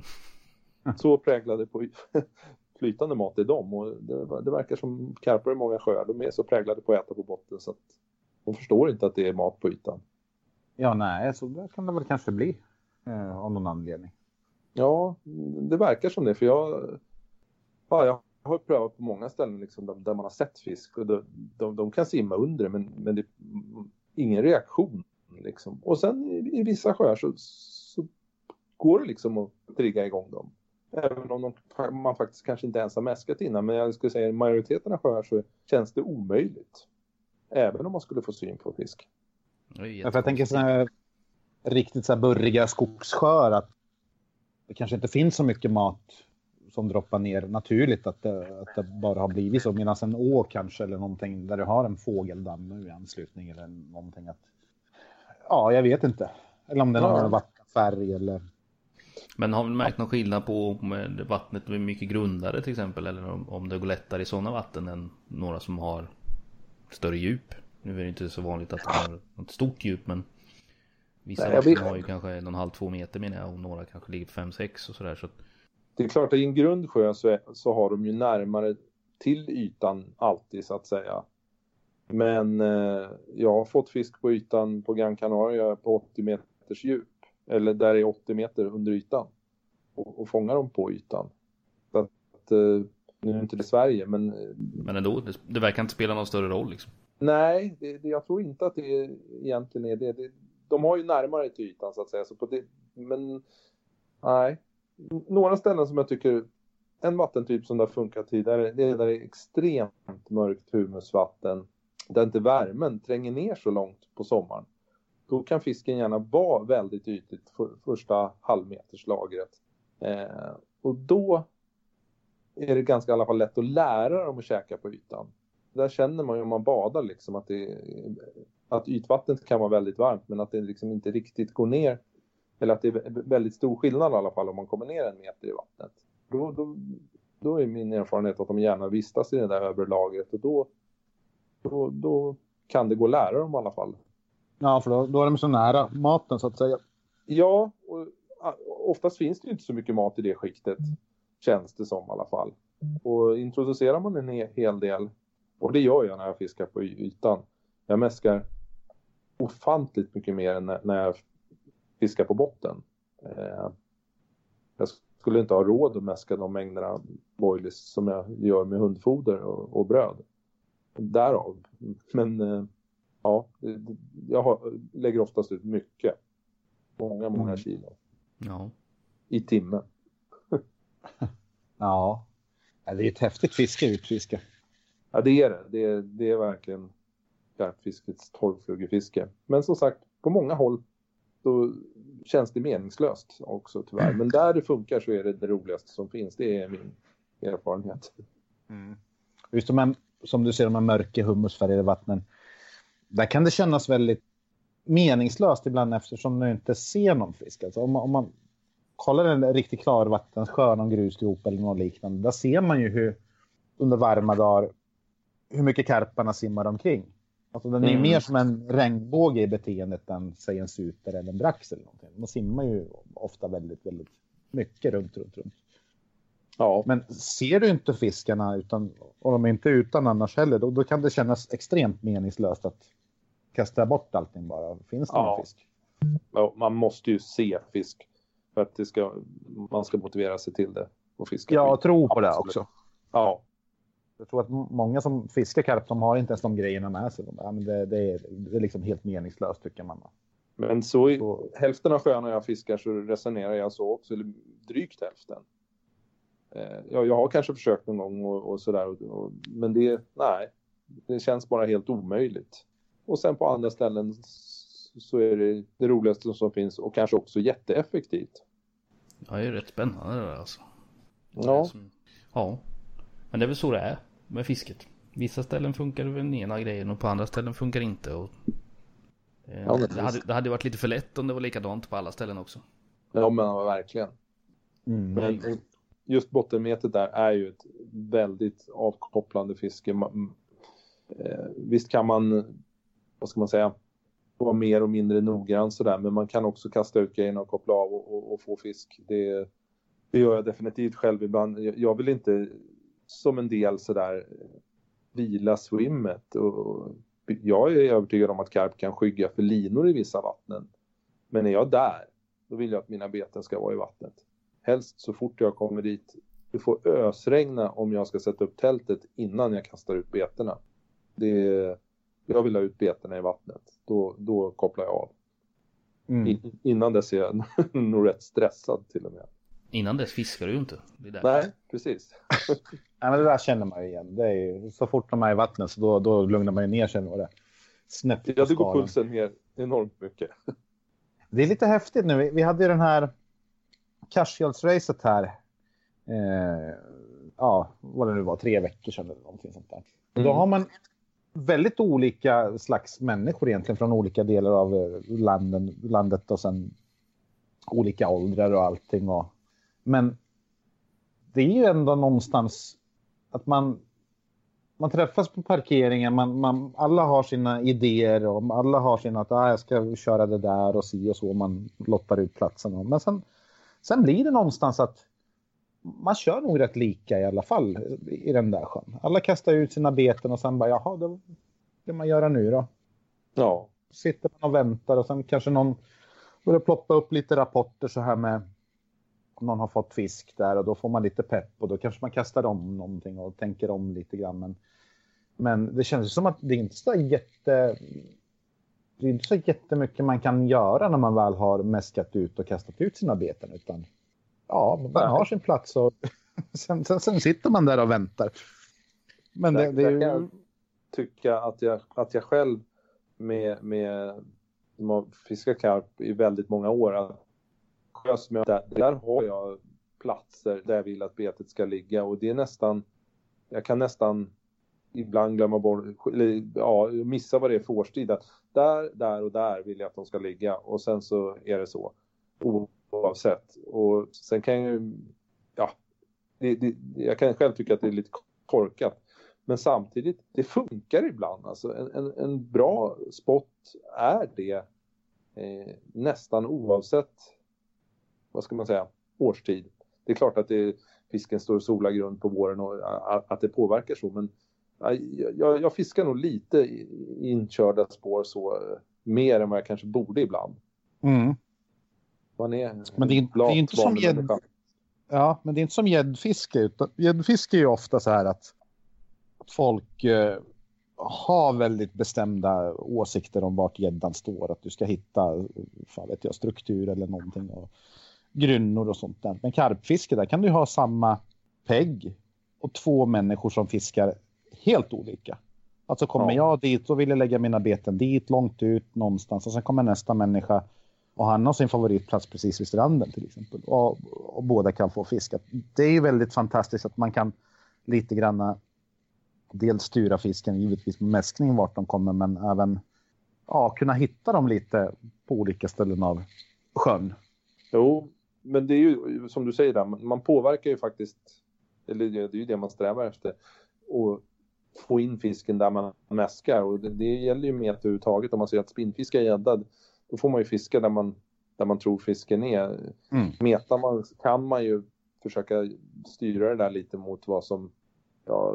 Så präglade på flytande mat är de. Och det, det verkar som karpar i många sjöar. De är så präglade på att äta på botten så att de förstår inte att det är mat på ytan. Ja, nej, så det kan det väl kanske bli eh, av någon anledning. Ja, det verkar som det. För jag, ja, jag har prövat på många ställen liksom, där, där man har sett fisk. Och de, de, de kan simma under men, men det är ingen reaktion. Liksom. Och sen i, i vissa sjöar så, så går det liksom att trigga igång dem. Även om de, man faktiskt kanske inte ens har mäskat innan. Men jag skulle säga att i majoriteten av sjöar så känns det omöjligt. Även om man skulle få syn på fisk. Ja, för jag tänker så här riktigt så här burriga skogssjöar att det kanske inte finns så mycket mat som droppar ner naturligt att det, att det bara har blivit så. Medan en å kanske eller någonting där du har en fågeldamm i anslutning eller någonting att... Ja, jag vet inte. Eller om det är någon ja. vattenfärg eller... Men har vi märkt någon skillnad på om vattnet är mycket grundare till exempel? Eller om, om det går lättare i sådana vatten än några som har större djup? Nu är det inte så vanligt att det har ett stort djup, men vissa Nej, vatten har ju kanske en och en halv, två meter menar jag, och några kanske ligger på fem, sex och sådär. Så... Det är klart att i en grundsjö så, är, så har de ju närmare till ytan alltid så att säga. Men eh, jag har fått fisk på ytan på Gran Canaria på åttio meters djup. Eller där är åttio meter under ytan. Och, och fångar dem på ytan. Så att, eh, nu är det inte det Sverige, men... Men ändå, det, det verkar inte spela någon större roll liksom. Nej, det, det, jag tror inte att det egentligen är det. det. De har ju närmare till ytan så att säga. Så på det, men nej. Några ställen som jag tycker, en vattentyp som det har funkat tidigare, det är där det är extremt mörkt humusvatten. Där inte värmen tränger ner så långt på sommaren. Då kan fisken gärna vara väldigt ytligt för första halvmeterslagret. Eh, och då är det ganska i alla fall lätt att lära dem att käka på ytan. Där känner man ju om man badar liksom att, det, att ytvattnet kan vara väldigt varmt men att det liksom inte riktigt går ner. Eller att det är väldigt stor skillnad i alla fall om man kommer ner en meter i vattnet. Då, då, då är min erfarenhet att de gärna vistas i det där övre lagret och då, då, då kan det gå att lära dem i alla fall. Ja, för då, då är de så nära maten så att säga. Ja, och oftast finns det ju inte så mycket mat i det skiktet, känns det som i alla fall. Och introducerar man en hel del, och det gör jag när jag fiskar på ytan. Jag mäskar ofantligt mycket mer än när jag fiskar på botten. Jag skulle inte ha råd att mäska de mängderna boilies som jag gör med hundfoder och, och bröd. Därav. Men ja, jag har, lägger oftast ut mycket. Många, många mm. kilo. Ja. I timmen. Ja. Det är ett häftigt fiske, utfiske. Ja, det är det. Det är, det är verkligen karpfiskets torrflugefiske. Men som sagt, på många håll så känns det meningslöst också tyvärr. Men där det funkar så är det det roligaste som finns. Det är min erfarenhet. Mm. Just de här, som du ser, de här mörka humusfärgade vattnen. Där kan det kännas väldigt meningslöst ibland eftersom du inte ser någon fisk. Alltså om, man, om man kollar en riktigt klar vattensjö, någon grusgrop eller något liknande. Där ser man ju hur under varma dagar hur mycket karparna simmar omkring. Alltså den är mm. mer som en regnbåge i beteendet än säg en super eller en brax eller någonting. De simmar ju ofta väldigt, väldigt mycket runt, runt, runt. Ja. Men ser du inte fiskarna utan, och de är inte utan annars heller, då, då kan det kännas extremt meningslöst att kasta bort allting bara. Finns det ja. någon fisk? Ja, man måste ju se fisk för att det ska, man ska motivera sig till det. Och fiska. Ja, tro på det också. Ja. Jag tror att många som fiskar karp, de har inte ens de grejerna med sig. Ja, men det, det, är, det är liksom helt meningslöst tycker man. Men så, i, så hälften av sjöarna jag fiskar så resonerar jag så också, eller drygt hälften. Eh, ja, jag har kanske försökt någon gång och, och sådär, och, och, men det, nej, det känns bara helt omöjligt. Och sen på andra ställen så är det det roligaste som finns och kanske också jätteeffektivt. Ja, det är rätt spännande det där alltså. Ja. Som, ja, men det är väl så det är med fisket. Vissa ställen funkar det väl den ena grejen och på andra ställen funkar inte. Och, eh, ja, det, hade, det hade varit lite för lätt om det var likadant på alla ställen också. Ja, men verkligen. Mm. Men just bottenmetet där är ju ett väldigt avkopplande fiske. Eh, visst kan man, vad ska man säga, vara mer och mindre noggrann sådär, men man kan också kasta ut grejerna och koppla av och, och, och få fisk. Det, det gör jag definitivt själv ibland. Jag, jag vill inte som en del sådär vila swimmet. Och jag är övertygad om att karp kan skygga för linor i vissa vattnen. Men är jag där, då vill jag att mina beten ska vara i vattnet. Helst så fort jag kommer dit. Det får ösregna om jag ska sätta upp tältet innan jag kastar ut beterna. Det, jag vill ha ut beterna i vattnet. Då, då kopplar jag av. Mm. In, innan dess är jag nog rätt stressad till och med. Innan dess fiskar du ju inte. Det är Nej, precis. Ja, men det där känner man ju igen. Det är ju, så fort de är i vattnet så då, då lugnar man ju ner sig. Det snett på Ja, det går skalan. pulsen ner enormt mycket. Det är lite häftigt nu. Vi, vi hade ju den här Casuals-racet här. Eh, ja, vad det nu var, tre veckor sedan eller någonting sånt där. Mm. Då har man väldigt olika slags människor egentligen från olika delar av landen, landet och sen olika åldrar och allting. Och, men det är ju ändå någonstans att man, man träffas på parkeringen, man, man, alla har sina idéer och alla har sina att ah, jag ska köra det där och si och så, man lottar ut platsen. Men sen, sen blir det någonstans att man kör nog rätt lika i alla fall i den där sjön. Alla kastar ut sina beten och sen bara, jaha, det ska man göra nu då. Ja. Sitter man och väntar och sen kanske någon börjar ploppa upp lite rapporter så här med om någon har fått fisk där och då får man lite pepp och då kanske man kastar om någonting och tänker om lite grann. Men, men det känns som att det är inte så jätte... Det är inte så jättemycket man kan göra när man väl har mäskat ut och kastat ut sina beten utan ja, man har sin plats och sen, sen, sen sitter man där och väntar. Men det, det är ju... Jag kan tycka att jag, att jag själv med, med fiska karp i väldigt många år att där, där har jag platser där jag vill att betet ska ligga och det är nästan, jag kan nästan ibland glömma bort, eller ja, missa vad det är för årstid. Där, där och där vill jag att de ska ligga och sen så är det så. Oavsett. Och sen kan jag ju, ja, det, det, jag kan själv tycka att det är lite korkat. Men samtidigt, det funkar ibland. Alltså en, en, en bra spot är det eh, nästan oavsett, vad ska man säga, årstid. Det är klart att det, fisken står och solar grund på våren och att det påverkar så. Men jag, jag fiskar nog lite i inkörda spår så mer än vad jag kanske borde ibland. Mm. Man är men det är, det är inte som gädd... Ja, men det är inte som gäddfiske. Utan gäddfiske är ju ofta så här att folk eh, har väldigt bestämda åsikter om vart gäddan står. Att du ska hitta fan vet jag, struktur eller någonting och grynnor och sånt där. Men karpfiske, där kan du ha samma pegg och två människor som fiskar helt olika. Alltså kommer ja. jag dit och vill jag lägga mina beten dit långt ut någonstans och sen kommer nästa människa och han har sin favoritplats precis vid stranden till exempel. Och, och båda kan få fiska. Det är ju väldigt fantastiskt att man kan lite grann dels styra fisken givetvis med mäskning vart de kommer men även ja, kunna hitta dem lite på olika ställen av sjön. Jo, men det är ju som du säger där, man påverkar ju faktiskt, eller det är ju det man strävar efter, och få in fisken där man mäskar och det, det gäller ju med överhuvudtaget om man ser att spinnfiska är gäddad, då får man ju fiska där man där man tror fisken är. Mm. Metar man, kan man ju försöka styra det där lite mot vad som, ja,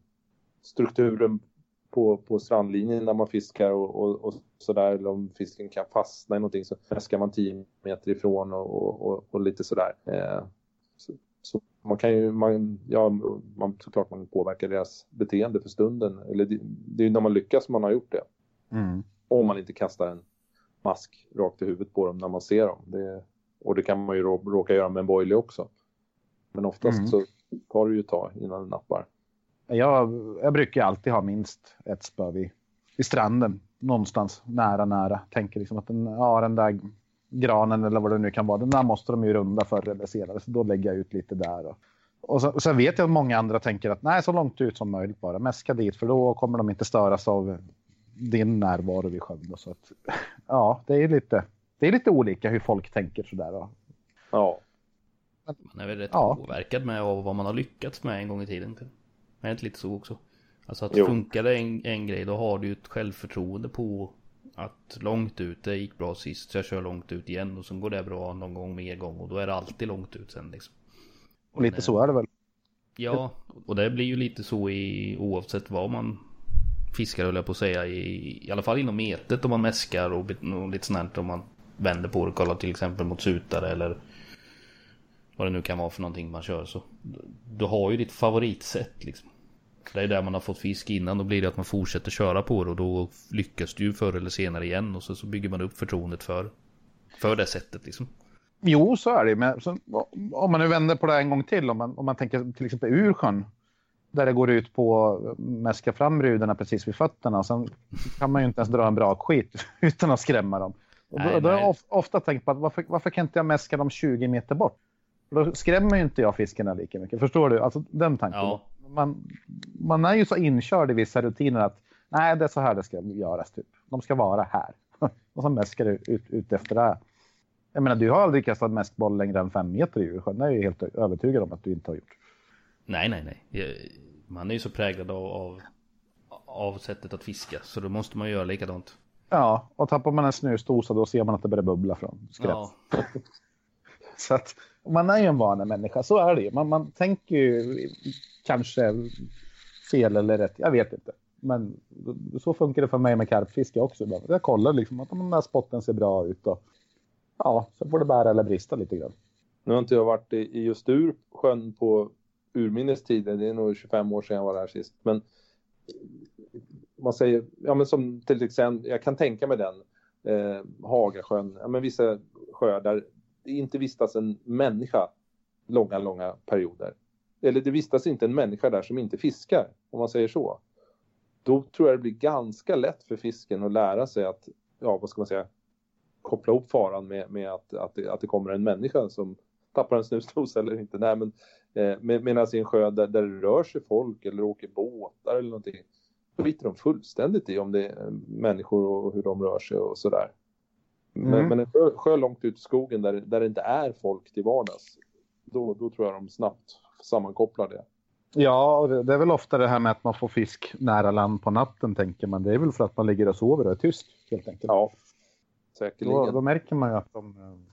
strukturen på, på strandlinjen när man fiskar och, och, och sådär, eller om fisken kan fastna i någonting, så fiskar man tio meter ifrån och, och, och lite sådär. Eh, så, så man kan ju, man, ja, man, såklart man påverkar deras beteende för stunden, eller det, det är ju när man lyckas man har gjort det. Mm. Om man inte kastar en mask rakt i huvudet på dem när man ser dem. Det, och det kan man ju råka göra med en boilie också. Men oftast mm. så tar det ju ett tag innan det nappar. Jag, jag brukar alltid ha minst ett spö vid, vid stranden. Någonstans nära, nära. Tänker liksom att den, ja, den där granen eller vad det nu kan vara. Den där måste de ju runda förr eller senare. Så då lägger jag ut lite där. Och, och, så, och sen vet jag att många andra tänker att nej, så långt ut som möjligt bara. Mäska dit, för då kommer de inte störas av din närvaro vid sjön. Så att, ja, det är lite, det är lite olika hur folk tänker sådär. Då. Ja. Man är väl rätt ja. påverkad med av vad man har lyckats med en gång i tiden. Men inte lite så också. Alltså att Jo. funkar det en, en grej, då har du ju ett självförtroende på att långt ut, det gick bra sist, så jag kör långt ut igen och så går det bra någon gång mer gång och då är det alltid långt ut sen liksom. Och lite Men, så är det väl. Ja, och det blir ju lite så i oavsett vad man fiskar, höll jag på att säga, i, i alla fall inom metet om man mäskar och, och lite snällt om man vänder på det, kollar till exempel mot sutare eller vad det nu kan vara för någonting man kör, så du har ju ditt favoritsätt liksom. Det är där man har fått fisk innan, då blir det att man fortsätter köra på det och då lyckas du ju förr eller senare igen och så, så bygger man upp förtroendet för, för det sättet liksom. Jo, så är det, men så, om man nu vänder på det en gång till, om man, om man tänker till exempel ur sjön där det går ut på att mäska fram rudarna precis vid fötterna och sen kan man ju inte ens dra en bra skit utan att skrämma dem. Och då, nej, då har jag of, ofta tänkt på att varför, varför kan inte jag mäska dem tjugo meter bort? Då skrämmer ju inte jag fiskarna lika mycket. Förstår du? Alltså den tanken. Ja. Man, man är ju så inkörd i vissa rutiner att nej, det är så här det ska göras typ. De ska vara här. Och så mäskar du ut, ut efter det här. Jag menar, du har aldrig kastat mäskboll längre än fem meter i djursjön. Det är ju helt övertygad om att du inte har gjort. Nej, nej, nej. Man är ju så präglad av, av, av sättet att fiska. Så då måste man göra likadant. Ja, och tappar man en snusdosa då ser man att det börjar bubbla från skräp. Ja. Så att man är ju en vanlig människa, så är det ju. Man, man tänker ju kanske fel eller rätt, jag vet inte. Men så funkar det för mig med karpfiske också. Jag kollar liksom att den där spotten ser bra ut och ja, så får det bära eller brista lite grann. Nu har inte jag varit i just ur sjön på urminnes tid. Det är nog tjugofem år sedan jag var där sist. Men man säger, ja men som till exempel, jag kan tänka mig den eh, Hagasjön, ja men vissa sjöar där det inte vistas en människa långa, långa perioder. Eller det vistas inte en människa där som inte fiskar, om man säger så. Då tror jag det blir ganska lätt för fisken att lära sig att, ja vad ska man säga, koppla upp faran med, med att, att, det, att det kommer en människa som tappar en snusdos eller inte. Nej, men eh, med, medan i en sjö där, där det rör sig folk eller åker båtar eller någonting, då skiter de fullständigt i om det är människor och hur de rör sig och sådär. Mm. Men, men en sjö, sjö långt ut i skogen där, där det inte är folk till vardags, då, då tror jag de snabbt sammankopplar det. Ja, och det är väl ofta det här med att man får fisk nära land på natten, tänker man. Det är väl för att man ligger och sover och är tyst, helt enkelt. Ja, säkerligen. Då, då märker man ju att de,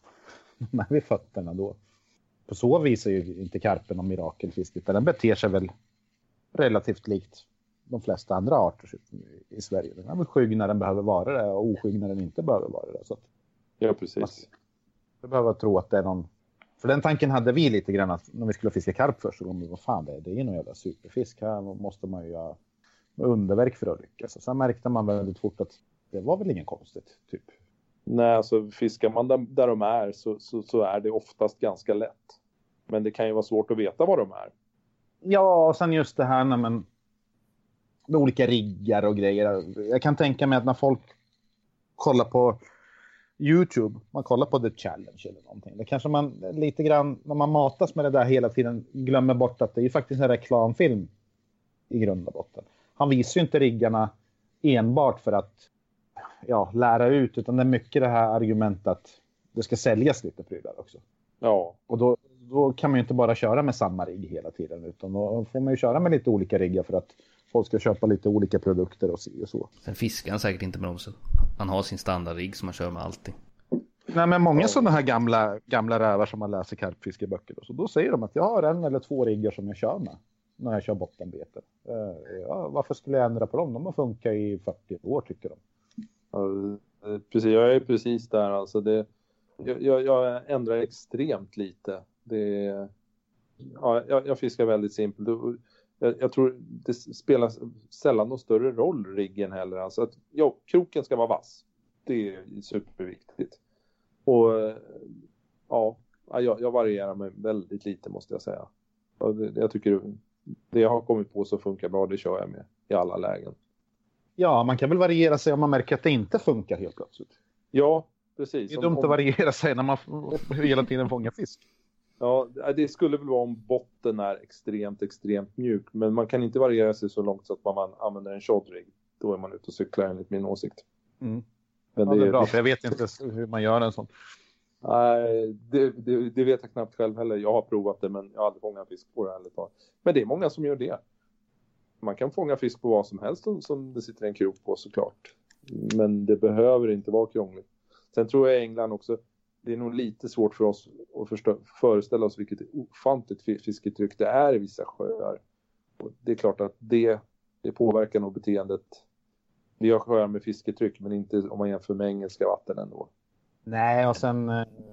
de är vid fötterna då. På så vis är ju inte karpen någon mirakelfisk, utan den beter sig väl relativt likt de flesta andra arter i Sverige. Den är väl skygg när den behöver vara det och oskygg när den inte behöver vara det. Så att ja, precis. Man behöver tro att det är någon... För den tanken hade vi lite grann att när vi skulle fiska karp först så kom vi, vad fan det är, det är någon jävla superfisk. Här måste man ju göra underverk för att lyckas. Sen märkte man väldigt fort att det var väl ingen konstigt, typ. Nej, alltså fiskar man där, där de är så, så, så är det oftast ganska lätt. Men det kan ju vara svårt att veta vad de är. Ja, och sen just det här när man... med olika riggar och grejer. Jag kan tänka mig att när folk kollar på YouTube, man kollar på The Challenge eller någonting, då kanske man lite grann, när man matas med det där hela tiden, glömmer bort att det är ju faktiskt en reklamfilm i grund och botten. Han visar ju inte riggarna enbart för att ja, lära ut, utan det är mycket det här argumentet att det ska säljas lite prylar också. Ja. Och då, då kan man ju inte bara köra med samma rigg hela tiden, utan då får man ju köra med lite olika riggar för att folk ska köpa lite olika produkter och så. Och så. Sen fiskar han säkert inte med dem. Han har sin standardrigg som han kör med alltid. Nej, men många sådana här gamla, gamla rävar som man läser karpfiskeböcker. Så då säger de att jag har en eller två riggar som jag kör med när jag kör bottenbete. Ja, varför skulle jag ändra på dem? De har funkat i fyrtio år tycker de. Ja, precis, jag är precis där. Alltså det, jag, jag ändrar extremt lite. Det, ja, jag, jag fiskar väldigt simpelt. Jag, jag tror det spelar sällan någon större roll riggen heller. Alltså att, ja, kroken ska vara vass. Det är superviktigt. Och ja, jag, jag varierar mig väldigt lite måste jag säga. Jag tycker det jag har kommit på så funkar bra, det kör jag med i alla lägen. Ja, man kan väl variera sig om man märker att det inte funkar helt plötsligt. Ja, precis. Det är dumt om... att variera sig när man hela tiden fångar fisk. Ja, det skulle väl vara om botten är extremt, extremt mjuk. Men man kan inte variera sig så långt så att man använder en tjodrig. Då är man ute och cyklar enligt min åsikt. Mm. Men ja, det, det är bra, för jag vet inte hur man gör en sån. Nej, det, det, det vet jag knappt själv heller. Jag har provat det, men jag har aldrig fångat fisk på det heller. Men det är många som gör det. Man kan fånga fisk på vad som helst som det sitter en krok på såklart. Men det behöver inte vara krångligt. Sen tror jag i England också, det är nog lite svårt för oss att förstå, föreställa oss vilket ofantligt fisketryck det är i vissa sjöar. Och det är klart att det, det påverkar nog beteendet. Vi har sjöar med fisketryck, men inte om man jämför med engelska vatten ändå. Nej, och sen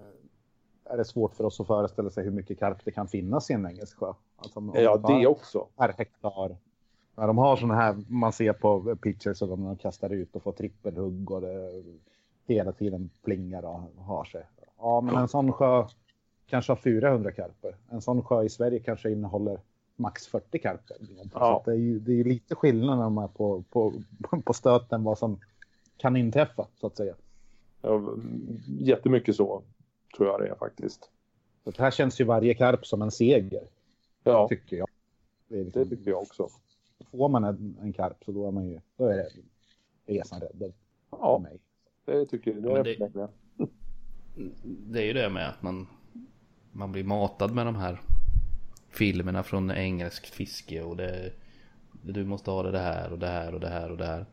är det svårt för oss att föreställa sig hur mycket karp det kan finnas i en engelsk sjö. Alltså, ja, det också. Per hektar. Ja, de har såna här, man ser på pictures och de kastar ut och får trippelhugg och det hela tiden plingar och har sig. Ja, men en sån sjö kanske har fyrahundra karper. En sån sjö i Sverige kanske innehåller max fyrtio karper. Ja. Så det är ju det är lite skillnad när man är på, på, på stöten vad som kan inträffa, så att säga. Ja, jättemycket så tror jag det är faktiskt. Så det här känns ju varje karp som en seger. Ja, tycker jag. Det, är liksom, det tycker jag också. Får man en, en karp så då är man ju, då är det resan räddad. Ja, mig. Det tycker jag. Det, är det, det, det är ju det med att man, man blir matad med de här filmerna från engelskt fiske och det, du måste ha det här och det här och det här och det här.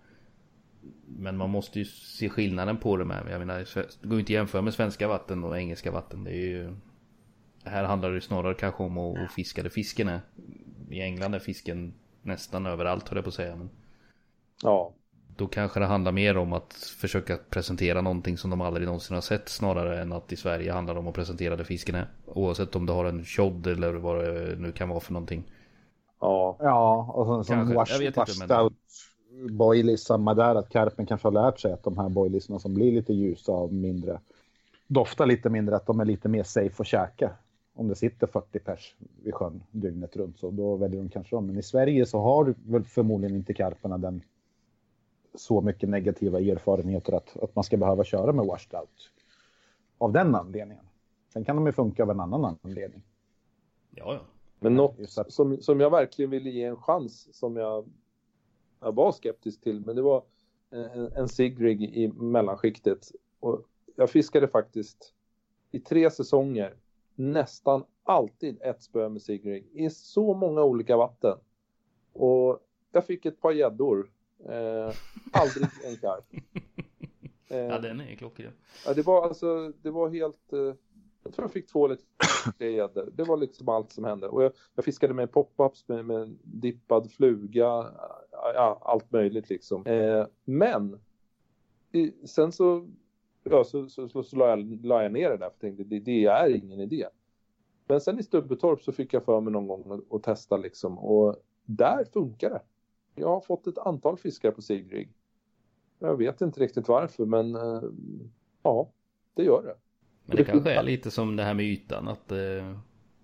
Men man måste ju se skillnaden på det med. Jag menar, det går ju inte att jämföra med svenska vatten och engelska vatten. Det är ju, här handlar det ju snarare kanske om att fiska det fisken är. I England är fisken nästan överallt, höll jag på att säga. Men ja. Då kanske det handlar mer om att försöka presentera någonting som de aldrig någonsin har sett, snarare än att i Sverige handlar det om att presentera det fisken är. Oavsett om du har en tjod eller vad det nu kan vara för någonting. Ja, ja och så, som washed, washed out boilies, samma där, att karpen kanske har lärt sig att de här boiliesna som blir lite ljusa och mindre, doftar lite mindre, att de är lite mer safe att käka. Om det sitter fyrtio pers vid sjön dygnet runt, så då väljer de kanske dem. Men i Sverige så har du väl förmodligen inte karparna den så mycket negativa erfarenheter att, att man ska behöva köra med washed out av den anledningen. Sen kan de ju funka av en annan anledning. Ja, ja. Men något som, som jag verkligen ville ge en chans, som jag, jag var skeptisk till, men det var en, en sigrig i mellanskiktet. Och jag fiskade faktiskt i tre säsonger nästan alltid ett spö med sigrig i så många olika vatten. Och jag fick ett par gäddor. Eh, aldrig en karp. Eh, ja, den är klockren. Ja, det var alltså, det var helt, eh, jag tror jag fick två eller tre gäddor. Det var liksom allt som hände. Och jag, jag fiskade med pop-ups, med, med dippad fluga, ja, allt möjligt liksom. Eh, men i, sen så, ja, så, så, så, så la, jag, la jag ner det där, för jag tänkte, det, det är ingen idé. Men sen i Stubbetorp så fick jag för mig någon gång att, att testa liksom. Och där funkar det. Jag har fått ett antal fiskar på sigrig. Jag vet inte riktigt varför, men äh, ja, det gör det. Men det, det kanske är lite som det här med ytan, att, äh,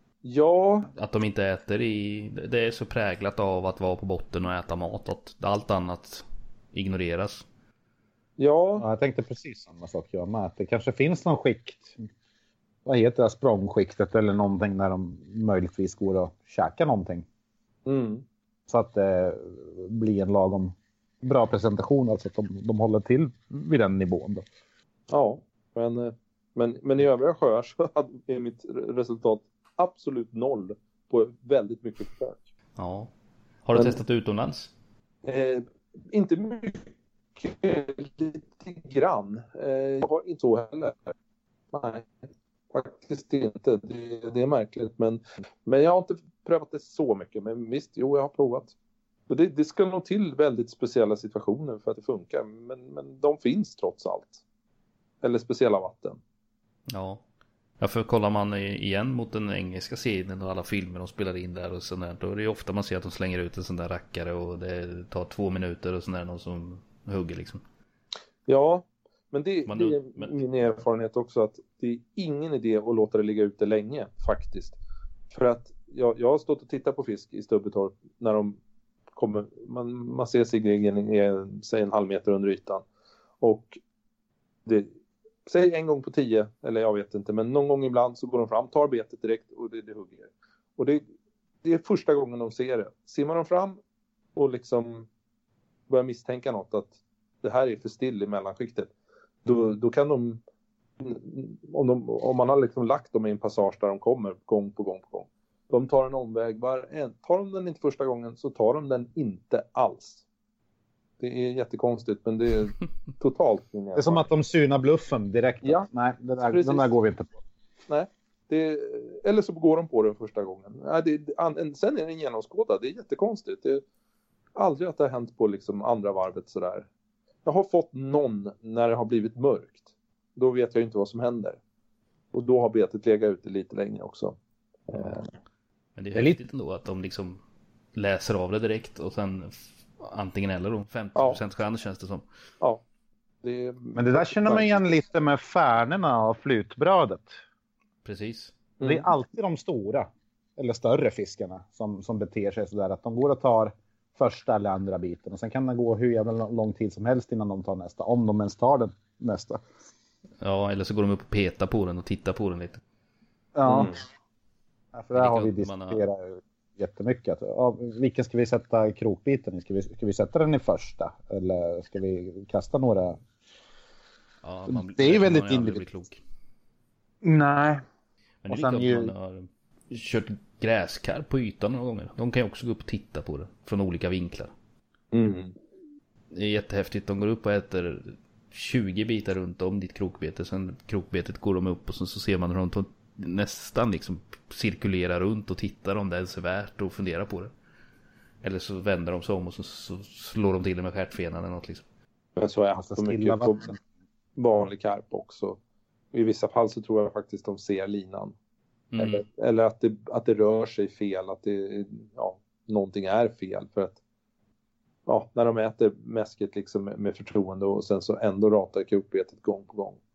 ja. att de inte äter i, det är så präglat av att vara på botten och äta mat, att allt annat ignoreras. Ja. Ja, jag tänkte precis samma sak jag med, att det kanske finns någon skikt, vad heter det, språngskiktet eller någonting där de möjligtvis går att käka någonting. Mm. Så att det blir en lagom bra presentation, alltså att de, de håller till vid den nivån då. Ja, men, men, men i övriga sjöar så är mitt resultat absolut noll på väldigt mycket försök. Ja. Har du men, testat utomlands? Eh, inte mycket, lite grann. Eh, jag har inte så heller. Nej, faktiskt inte. Det, det är märkligt. Men, men jag har inte prövat det så mycket. Men visst, jo, jag har provat. Och det, det ska nog till väldigt speciella situationer för att det funkar. Men, men de finns trots allt. Eller speciella vatten. Ja. Ja, för kollar man igen mot den engelska serien och alla filmer de spelar in där och sådär, då är det ju ofta man ser att de slänger ut en sån där rackare och det tar två minuter och sån där någon som hugger liksom. Ja, men det, Man, det är men... min erfarenhet också att det är ingen idé att låta det ligga ute länge faktiskt. För att jag, jag har stått och tittat på fisk i Stubbetorp när de kommer, man, man ser sigringen i säg en halv meter under ytan. Och det, säg en gång på tio, eller jag vet inte, men någon gång ibland så går de fram, tar betet direkt och det, det hugger. Och det, det är första gången de ser det. Simmar de fram och liksom börjar misstänka något, att det här är för still i mellanskiktet, då, då kan de om, de, om man har liksom lagt dem i en passage där de kommer gång på gång på gång, de tar en omväg, var en, tar de den inte första gången så tar de den inte alls. Det är jättekonstigt, men det är totalt... Det är som att de synar bluffen direkt. Ja. Nej, det där, den där går vi inte på. Nej, det, eller så går de på det första gången. Nej, det, an, sen är den genomskådad. Det är jättekonstigt. Det är aldrig att det har hänt på liksom andra varvet sådär. Jag har fått någon när det har blivit mörkt. Då vet jag inte vad som händer. Och då har betet legat ute lite längre också. Ja. Men det är häftigt ändå att de liksom läser av det direkt och sen... Antingen eller då, femtio procent ja. Chans känns det som. Ja. Det är... Men det där känner man igen lite med färnerna och flytbrödet. Precis. Mm. Det är alltid de stora, eller större fiskarna som, som beter sig sådär. Att de går och tar första eller andra biten. Och sen kan det gå hur jävla lång tid som helst innan de tar nästa. Om de ens tar den nästa. Ja, eller så går de upp och petar på den och tittar på den lite. Ja. Mm. Ja, för där har vi har... diskuterat jättemycket. Ja, vilken ska vi sätta krokbiten i? Ska vi, ska vi sätta den i första? Eller ska vi kasta några? Ja, man, det är ju väldigt individuellt. Nej. Men det är lika ju... man har kört gräskar på ytan några gånger. De kan ju också gå upp och titta på det från olika vinklar. Mm. Det är jättehäftigt. De går upp och äter tjugo bitar runt om ditt krokbete. Sen krokbetet går de upp och sen så ser man hur de tar nästan liksom cirkulerar runt och tittar om det ens är värt och fundera på det. Eller så vänder de sig om och så, så slår de till med stjärtfenan eller något liksom. Men så har jag haft så mycket på vanlig karp också. I vissa fall så tror jag faktiskt de ser linan. Mm. Eller, eller att, det, att det rör sig fel, att det, ja, någonting är fel för att ja, när de äter mäsket liksom med, med förtroende och sen så ändå ratar krokbetet gång på gång.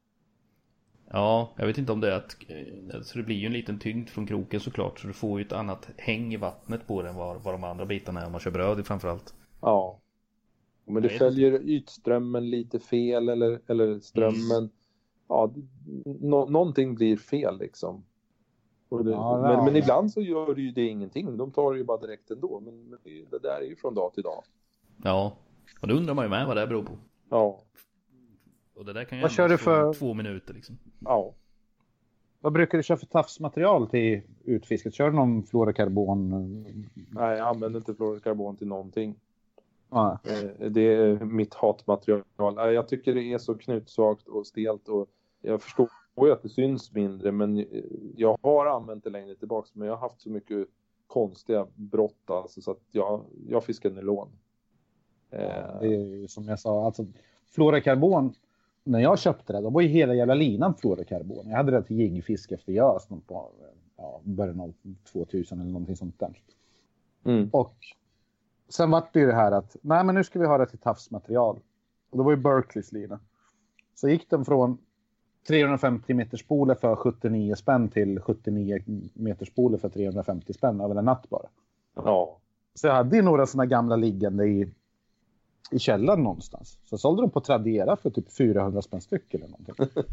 Ja, jag vet inte om det är att så det blir ju en liten tyngd från kroken såklart, så du får ju ett annat häng i vattnet på den vad, vad de andra bitarna är om man kör bröd i framförallt. Ja, men det följer ytströmmen lite fel eller, eller strömmen. Mm. Ja, no, någonting blir fel liksom. Det, ja, men, men ibland så gör det ju det ingenting. De tar det ju bara direkt ändå. Men, men det, det där är ju från dag till dag. Ja, och då undrar man ju med vad det beror på. Ja. Och det där kan ju vad kör du för två minuter liksom. Ja. Vad brukar du köra för tafsmaterial till utfisket? Kör du någon fluorokarbon? Nej, jag använder inte fluorokarbon till någonting. Ja. Det är mitt hatmaterial. Jag tycker det är så knutsvagt och stelt och jag förstår ju att det syns mindre, men jag har använt det längre tillbaka, men jag har haft så mycket konstiga brott alltså, så att jag, jag fiskar nylon. Ja, det är ju som jag sa, alltså fluorokarbon, när jag köpte det, då var ju hela jävla linan fluorokarbon. Jag hade det till jiggfisk efter gös på ja, början av tvåtusen eller någonting sånt där. Mm. Och sen var det ju det här att, nej men nu ska vi ha det till tafsmaterial. Och då var ju Berkeleys lina. Så gick den från trehundrafemtio meters spole för sjuttionio spänn till sjuttionio meters spole för trehundrafemtio spänn över en natt bara. Ja. Så jag hade ju några såna gamla liggande i, i källaren någonstans. Så sålde de på Tradera för typ fyrahundra spänn styck eller någonting.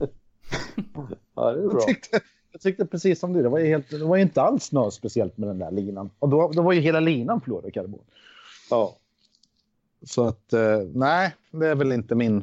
Ja, det är bra. Jag tyckte, jag tyckte precis som du, det var ju, helt, det var ju inte alls något speciellt med den där linan. Och då, då var ju hela linan fluorokarbon. Ja. Så att, nej, det är väl inte min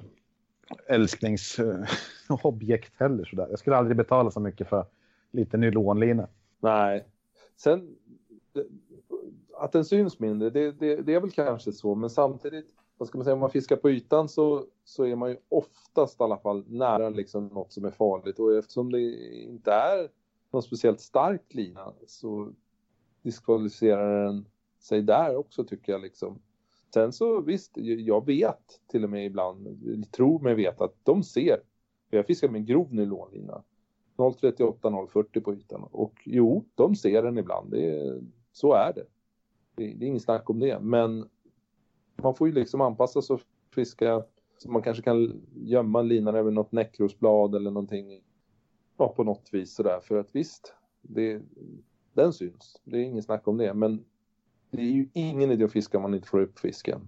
älsklingsobjekt heller sådär. Jag skulle aldrig betala så mycket för lite nylonlina. Nej. Sen att den syns mindre, det, det, det är väl kanske så, men samtidigt vad ska man säga, om man fiskar på ytan så, så är man ju oftast i alla fall nära liksom något som är farligt. Och eftersom det inte är någon speciellt stark lina så diskvalificerar den sig där också, tycker jag liksom. Sen så visst, jag vet till och med ibland, tror mig veta att de ser. Jag fiskar med en grov nylonlina. noll trettioåtta noll fyrtio på ytan. Och jo, de ser den ibland. Det är, så är det. det. Det är ingen snack om det. Men man får ju liksom anpassa sig och fiska. Så man kanske kan gömma linan över något näckrosblad eller någonting. Ja, på något vis sådär. För att visst, det, den syns. Det är ingen snack om det. Men det är ju ingen idé att fiska om man inte får upp fisken.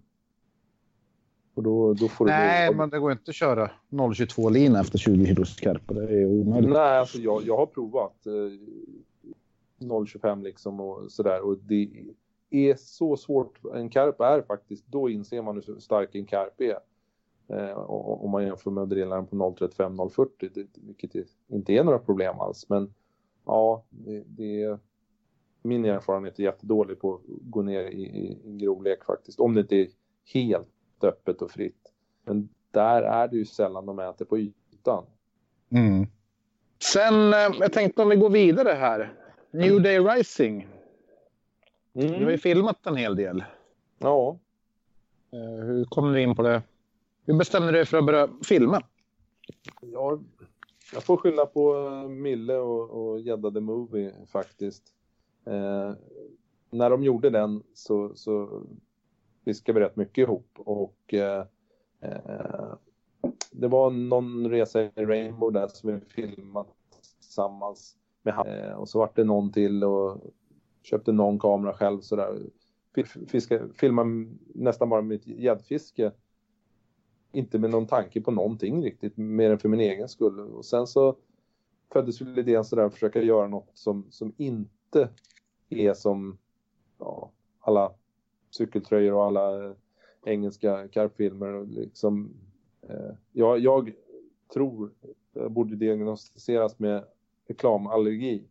Och då, då får Nej, det... men det går inte att köra noll tjugotvå lina efter tjugo kilos karp. Det är omöjligt. Nej, alltså jag, jag har provat eh, noll tjugofem liksom och sådär. Och det är så svårt. En karp är faktiskt, då inser man hur stark en karp är. Eh, om man jämför med drillaren på noll trettiofem noll fyrtio. Det, vilket inte är några problem alls. Men ja, det, det är... Min erfarenhet är jättedålig på att gå ner i, i en grovlek faktiskt. Om det inte är helt öppet och fritt. Men där är det ju sällan de äter på ytan. Mm. Sen, jag tänkte om vi går vidare här. New Day Rising. Mm. Du har ju filmat en hel del. Ja. Hur kom du in på det? Hur bestämde du dig för att börja filma? Ja, jag får skylla på Mille och, och Gedda the Movie faktiskt. Eh, när de gjorde den så, så fiskade vi rätt mycket ihop och eh, eh, det var någon resa i Rainbow där som vi filmade tillsammans med han. Eh, och så var det någon till och köpte någon kamera själv sådär. Fiska, filma nästan bara mitt gäddfiske. Inte med någon tanke på någonting riktigt, mer än för min egen skull. Och sen så föddes väl idén sådär att försöka göra något som, som inte är som ja, alla cykeltröjor och alla engelska karpfilmer. Liksom, eh, jag, jag tror jag borde diagnostiseras med reklamallergi.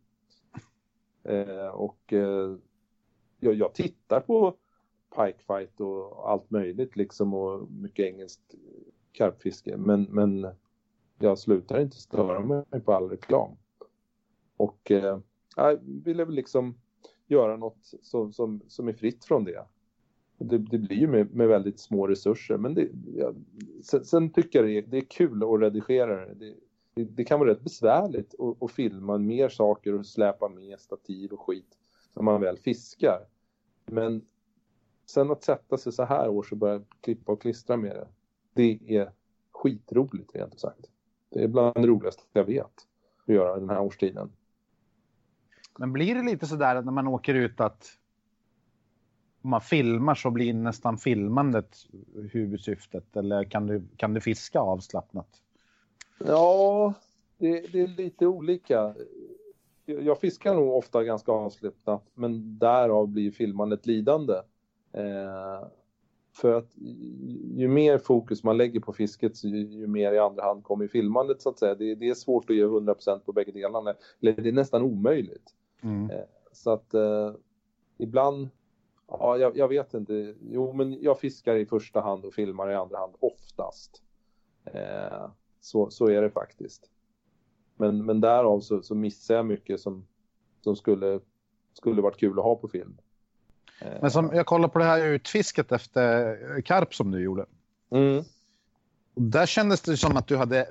Eh, och eh, jag, jag tittar på pikefight och allt möjligt liksom och mycket engelskt karpfiske. Men, men jag slutar inte störa mig på all reklam. Och eh, jag ville väl liksom göra något som, som, som är fritt från det. Det, det blir ju med, med väldigt små resurser. Men det, ja, sen, sen tycker jag det är, det är kul att redigera det. Det, det, det kan vara rätt besvärligt att, att filma mer saker och släpa med stativ och skit när man väl fiskar. Men sen att sätta sig så här år och börja klippa och klistra med det. Det är skitroligt rent sagt. Det är bland det roligaste jag vet att göra den här årstiden. Men blir det lite sådär att när man åker ut att om man filmar så blir nästan filmandet huvudsyftet? Eller kan du, kan du fiska avslappnat? Ja, det, det är lite olika. Jag fiskar nog ofta ganska avslappnat, men därav blir filmandet lidande. Eh, för att ju mer fokus man lägger på fisket så ju, ju mer i andra hand kommer filmandet så att säga. Det, det är svårt att ge hundra procent på bägge delarna. Eller det är nästan omöjligt. Mm. Eh, så att eh, ibland, ja jag, jag vet inte. Jo men jag fiskar i första hand och filmar i andra hand oftast. Eh, så, så är det faktiskt. Men, men därav så, så missar jag mycket som, som skulle, skulle varit kul att ha på film. Men som jag kollar på det här utfisket efter karp som du gjorde. Mm. Och där kändes det som att du hade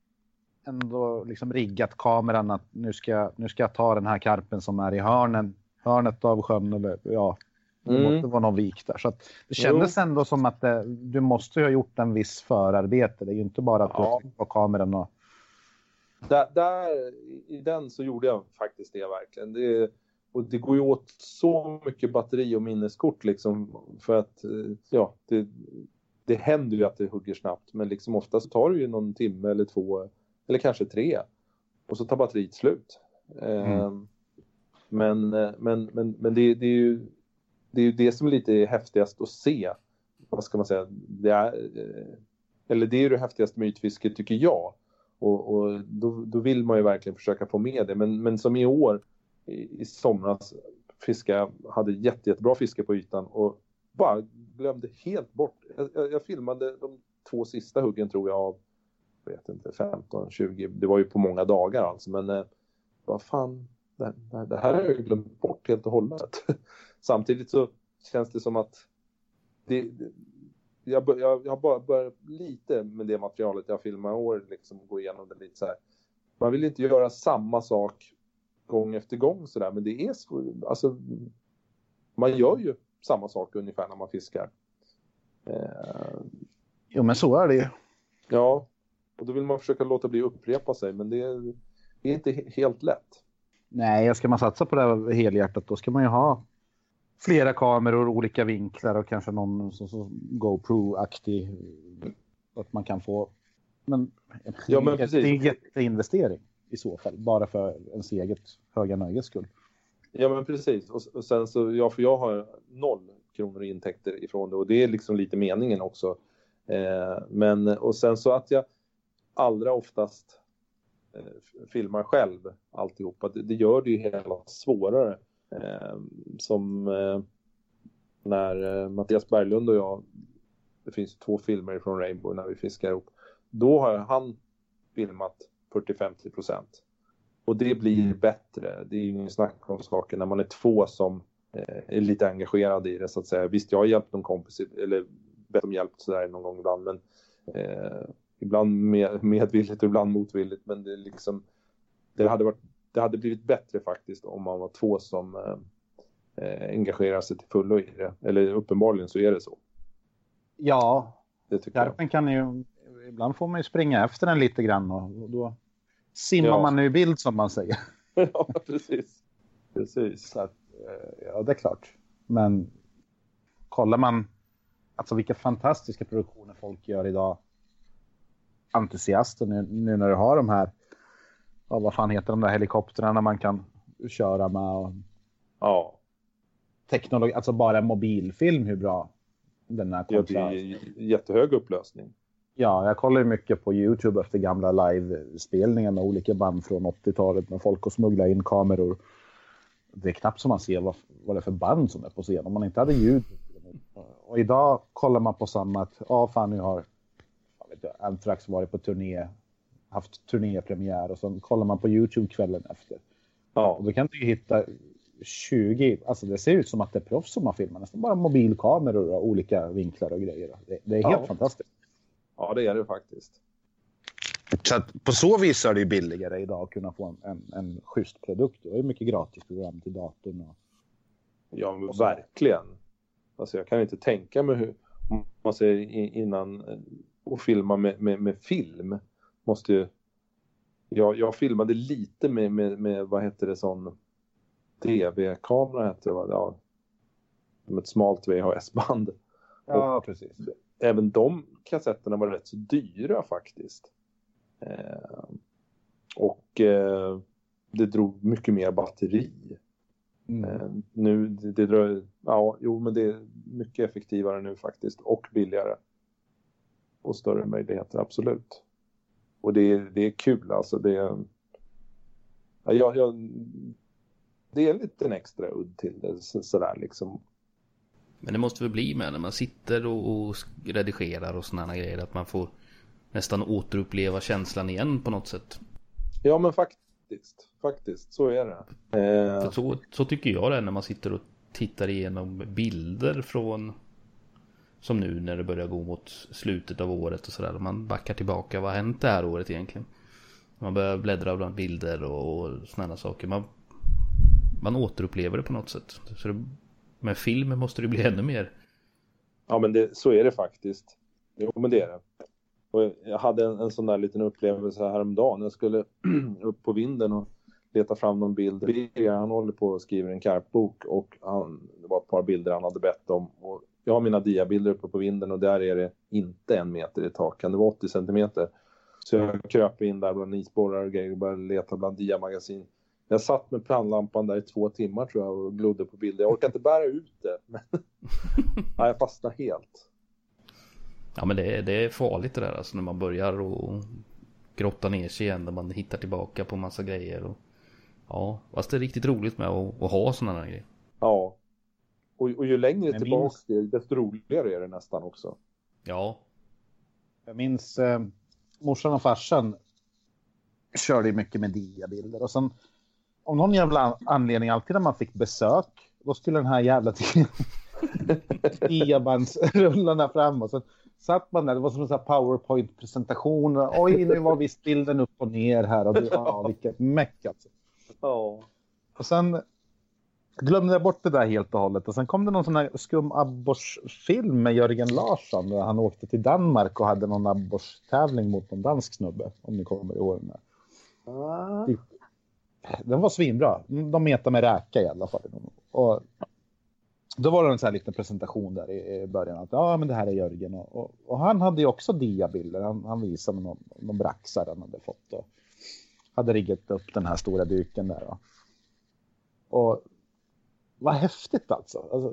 ändå liksom riggat kameran att nu ska, jag, nu ska jag ta den här karpen som är i hörnen, hörnet av sjön. Eller, ja, det mm. måste vara någon vik där. Så att det kändes jo. ändå som att det, du måste ha gjort en viss förarbete. Det är ju inte bara att ja. du på kameran och... Där, där, i den så gjorde jag faktiskt det verkligen. Det, och det går ju åt så mycket batteri och minneskort liksom. För att, ja, det, det händer ju att det hugger snabbt. Men liksom oftast tar det ju någon timme eller två, eller kanske tre. Och så tar batteriet slut. Mm. Um, men men, men, men det, det, är ju, det är ju det som är lite häftigast att se. Vad ska man säga? Det är, eller det är ju det häftigaste med ytfisket tycker jag. Och, och då, då vill man ju verkligen försöka få med det. Men, men som i år, i, i somras, fiska hade jätte, jättebra fiske på ytan. Och bara glömde helt bort. Jag, jag, jag filmade de två sista huggen tror jag av, jag vet inte, femton tjugo. Det var ju på många dagar alltså. Men eh, vad fan, det, det här har jag ju glömt bort helt och hållet. Samtidigt så känns det som att det, det, jag, bör, jag, jag har bara börjat lite med det materialet jag filmar år liksom gå igenom det lite så här. Man vill inte göra samma sak gång efter gång sådär, men det är så, alltså man gör ju samma sak ungefär när man fiskar. Eh, jo men så är det ju. Ja, och då vill man försöka låta bli upprepa sig, men det är, det är inte helt lätt. Nej, ska man satsa på det här helhjärtat då ska man ju ha flera kameror, olika vinklar och kanske någon så, så GoPro-aktig att man kan få. Men, ja, men det är en jätteinvestering i så fall, bara för ens eget höga nöjes skull. Ja men precis, och, och sen så, ja för jag har noll kronor i intäkter ifrån det och det är liksom lite meningen också. Eh, men, och sen så att jag allra oftast eh, filmar själv alltihopa, det, det gör det ju hela svårare. Eh, som eh, när eh, Mattias Berglund och jag, det finns två filmer från Rainbow när vi fiskar ihop, då har han filmat fyrtio till femtio procent. Och det blir bättre. Det är ju ingen snack om saker när man är två som eh, är lite engagerade i det så att säga. Visst, jag har hjälpt någon kompis eller bett om hjälp sådär någon gång ibland. Men eh, ibland med, medvilligt och ibland motvilligt. Men det är liksom, det hade varit, det hade blivit bättre faktiskt om man var två som eh, engagerar sig till fullo i det. Eller uppenbarligen så är det så. Ja, det tycker därför jag. Kan ju, ibland får man ju springa efter den lite grann och då simmar ja. man nu i bild som man säger. Ja, precis. Precis. Så att, ja, det är klart. Men kollar man alltså vilka fantastiska produktioner folk gör idag. Entusiaster nu, nu när du har de här, ja, vad fan heter de där helikoptrarna man kan köra med. Och ja. Teknologi, alltså bara en mobilfilm, hur bra den är. Ja, det är jättehög upplösning. Ja, jag kollar ju mycket på YouTube efter gamla live-spelningar med olika band från åttiotalet med folk och smuggla in kameror. Det är knappt som man ser vad, vad det är för band som är på scen om man inte hade ljud. Och idag kollar man på samma att, ja fan nu har Anthrax varit på turné, haft turnépremiär och så kollar man på YouTube kvällen efter. Ja. Och då kan du hitta tjugo, alltså det ser ut som att det är proffs som har filmat nästan bara mobilkameror och olika vinklar och grejer. Det, det är helt ja. fantastiskt. Ja, det är det faktiskt. Så att på så vis är det ju billigare idag att kunna få en, en, en schysst produkt. Det är mycket gratis program till datorn. Och, ja, men verkligen. Alltså jag kan inte tänka mig hur man säger innan och filma med, med, med film. Måste ju, jag, jag filmade lite med, med, med vad heter det, sån tv-kamera heter det va? Ja, med ett smalt V H S-band. Ja, och precis. Även de kassetterna var rätt så dyra faktiskt. Eh, och eh, det drog mycket mer batteri. Mm. Eh, nu det, det drar, ja, jo men det är mycket effektivare nu faktiskt och billigare. Och större möjligheter, absolut. Och det är, det är kul alltså. Det är, ja, jag, jag, det är en liten extra udd till det så, sådär liksom. Men det måste väl bli med när man sitter och, och redigerar och sådana grejer att man får nästan återuppleva känslan igen på något sätt. Ja men faktiskt, faktiskt, så är det. Eh... För så, så tycker jag det är när man sitter och tittar igenom bilder från, som nu när det börjar gå mot slutet av året och sådär. Man backar tillbaka, vad har hänt det här året egentligen? Man börjar bläddra bland bilder och, och sådana saker. Man, man återupplever det på något sätt. Så det, med film måste det bli ännu mer. Ja men det, så är det faktiskt. Jo men det är det. Och jag hade en, en sån där liten upplevelse häromdagen. Jag skulle upp på vinden och leta fram någon bild. Han håller på och skriver en karpbok och han, det var ett par bilder han hade bett om. Och jag har mina diabilder uppe på vinden och där är det inte en meter i taken. Det var åttio centimeter. Så jag kröp in där bland isborrar och grejer och började leta bland diamagasin. Jag satt med pannlampan där i två timmar tror jag och glodde på bilder. Jag orkar inte bära ut det. Men ja, jag fastnar helt. Ja men det är, det är farligt det där alltså när man börjar och grotta ner sig igen när man hittar tillbaka på massa grejer. Och, ja, fast det är riktigt roligt med att, att ha sådana här grejer. Ja. Och, och ju längre Jag tillbaka minns... det är, desto roligare är det nästan också. Ja. Jag minns eh, morsan och farsan körde mycket med diabilder. Och sen om någon jävla anledning, alltid när man fick besök, då skulle den här jävla diabandsrullarna fram. Och sen satt man där, det var som en sån här PowerPoint-presentation. Oj, nu var visst bilden upp och ner här. Och det, ja, vilket meck alltså. Ja. Och sen glömde jag bort det där helt och hållet. Och sen kom det någon sån här skum abborrsfilm med Jörgen Larsson. Där han åkte till Danmark och hade någon abborrstävling mot någon dansk snubbe. Om ni kommer ihåg den där. Ah. Den var svinbra. De metade med räka i alla fall. Och då var det en sån här liten presentation där i början. Att ja, men det här är Jörgen. Och, och, och han hade ju också diabilder. Han, han visade med någon, någon braxar han hade fått. Och hade riggat upp den här stora duken där. Och, och vad häftigt alltså. alltså.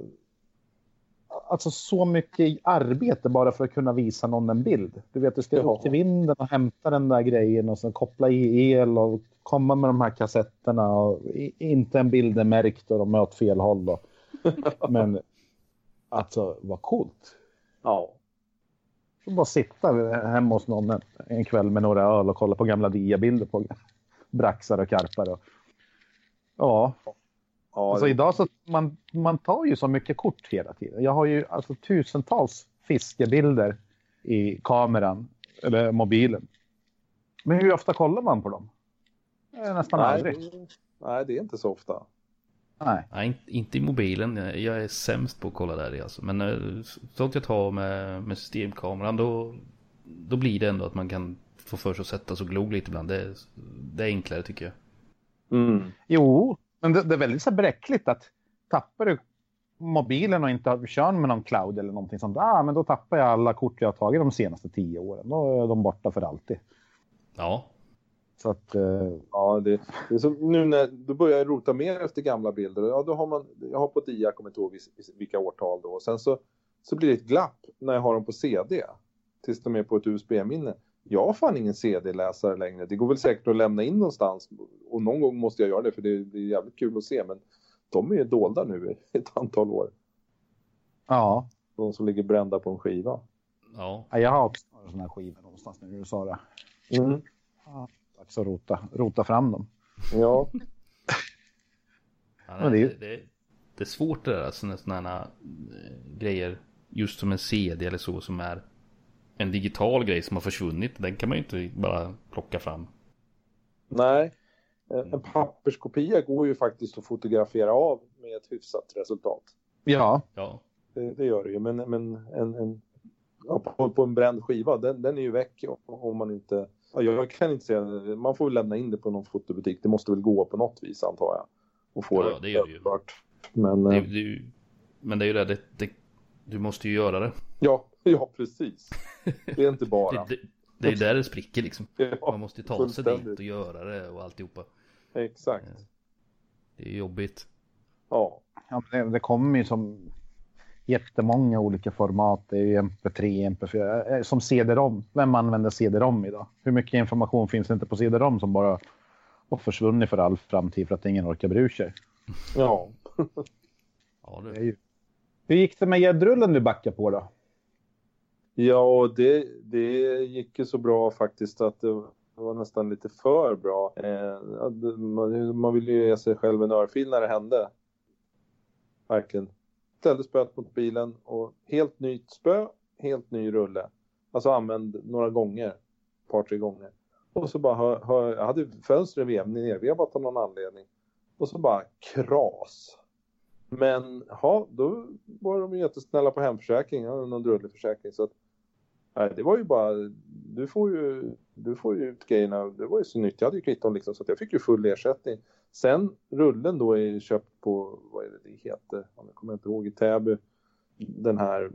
Alltså så mycket arbete bara för att kunna visa någon en bild. Du vet, du ska ja. upp till vinden och hämta den där grejen och sen koppla i el och komma med de här kassetterna och inte en bild är märkt och de är åt fel håll. Och, men alltså, vad coolt. Ja. Så bara sitta hemma hos någon en kväll med några öl och kolla på gamla diabilder på braxar och karpar. Och, ja. Ja, alltså det... idag så man, man tar ju så mycket kort hela tiden. Jag har ju alltså tusentals fiskebilder i kameran eller mobilen. Men hur ofta kollar man på dem? Nästan nej, aldrig. Det, nej, det är inte så ofta. Nej. Nej, inte i mobilen. Jag är sämst på att kolla där alltså. Men sånt jag tar med, med systemkameran då, då blir det ändå att man kan få för sig att sätta så glog lite ibland. Det är, det är enklare tycker jag. Mm. Jo, men det, det är väldigt så bräckligt att tappar du mobilen och inte kör med någon cloud eller någonting sånt. Ah, men då tappar jag alla kort jag har tagit de senaste tio åren. Då är de borta för alltid. Ja. Så att, eh... ja, det, det är som nu när då börjar jag rota mer efter gamla bilder. Ja, då har man, jag har på dia, kommer inte ihåg vilka årtal då. Och sen så, så blir det ett glapp när jag har dem på C D. Tills de är på ett U S B-minne. Jag har fan ingen C D-läsare längre. Det går väl säkert att lämna in någonstans. Och någon gång måste jag göra det för det, det är jävligt kul att se. Men de är ju dolda nu i ett antal år. Ja. De som ligger brända på en skiva. Ja. Ja, jag har också en sån här skiva någonstans när du sa det. Mm. Ja, dags att rota, rota fram dem. Ja. Ja, nej, det, är... Det, det är svårt det där. Sådana här äh, grejer. Just som en C D eller så som är en digital grej som har försvunnit. Den kan man ju inte bara plocka fram. Nej. En papperskopia går ju faktiskt att fotografera av med ett hyfsat resultat. Ja. Ja. Det, det gör det ju. Men, men en, en, ja, på, på en bränd skiva, den, den är ju väck om man inte... Ja, jag kan inte säga... Man får väl lämna in det på någon fotobutik. Det måste väl gå på något vis, antar jag. Och få ja, det, det gör det ju. Men det, äh, det, men det är ju det, det, det... Du måste ju göra det. Ja, ja precis. Det är inte bara... det, det, det är ju där det spricker liksom. Ja, man måste ju ta sig dit och göra det och alltihopa. Exakt. Det är jobbigt. Ja. Ja, det, det kommer ju som jättemånga olika format. Det är ju M P tre, M P fyra. Som C D-ROM. Vem använder C D-ROM idag? Hur mycket information finns det inte på C D-ROM som bara har försvunnit för all framtid för att ingen orkar bry sig? Ja. Ja, det... Det är ju... Hur gick det med gäddrullen du backade på då? Ja, det, det gick ju så bra faktiskt att det var nästan lite för bra. Eh, man, man ville ju ge sig själv en örfil när det hände. Verkligen. Ställde spöet mot bilen och helt nytt spö, helt ny rulle. Alltså använd några gånger, ett par, tre gånger. Och så bara, hör, hör, jag hade fönstret nervevat av någon anledning. Och så bara kras. Men ja, då var de jättesnälla på hemförsäkring, någon drullig försäkring. Så att, nej, det var ju bara, du får ju, du får ju ut grejerna, det var ju så nytt, jag hade ju kvitton liksom, så att jag fick ju full ersättning. Sen rullen då är köpt på, vad är det det heter, jag kommer inte ihåg, i Täby, den här,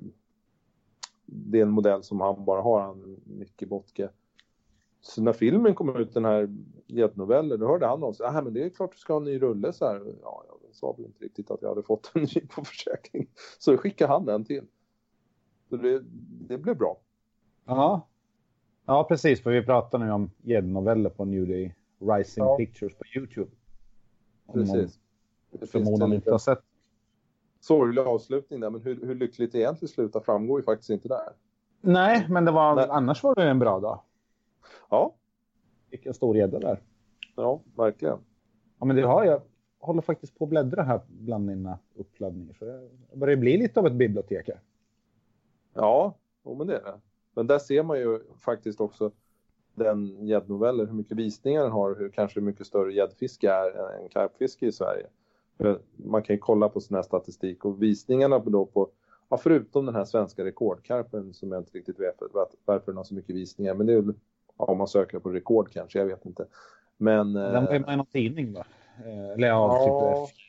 det är en modell som han bara har, han Micke Bottke. Så när filmen kom ut, den här gäddnovellen, då hörde han av sig, ah, men det är klart du ska ha en ny rulle så här. Ja, jag sa väl inte riktigt att jag hade fått en ny på försäkring. Så skickade han den till. Så det, det blev bra. Ja. Ja, precis. För vi pratar nu om gäddnoveller på New Day Rising ja. Pictures på YouTube. Om precis. Förmodligen inte har sett. sorglig avslutning där, men hur, hur lyckligt det egentligen slutar framgår ju faktiskt inte där. Nej, men det var, Nej. annars var det en bra dag. Ja. Vilken stor gädda där. Ja, verkligen. Ja, men det har jag. Håller faktiskt på att bläddra här bland mina uppladdningar. Så det börjar bli lite av ett bibliotek här. Ja, oh, men det är det. Men där ser man ju faktiskt också den gäddnoveller, hur mycket visningar den har, hur kanske mycket större gäddfiske är än karpfiske i Sverige. Man kan ju kolla på sån här statistik och visningarna då på, ja, förutom den här svenska rekordkarpen som jag inte riktigt vet varför den har så mycket visningar, men det är väl, ja, om man söker på rekord kanske, jag vet inte. Men den var ju med i någon tidning va? Eller ja, ja. typ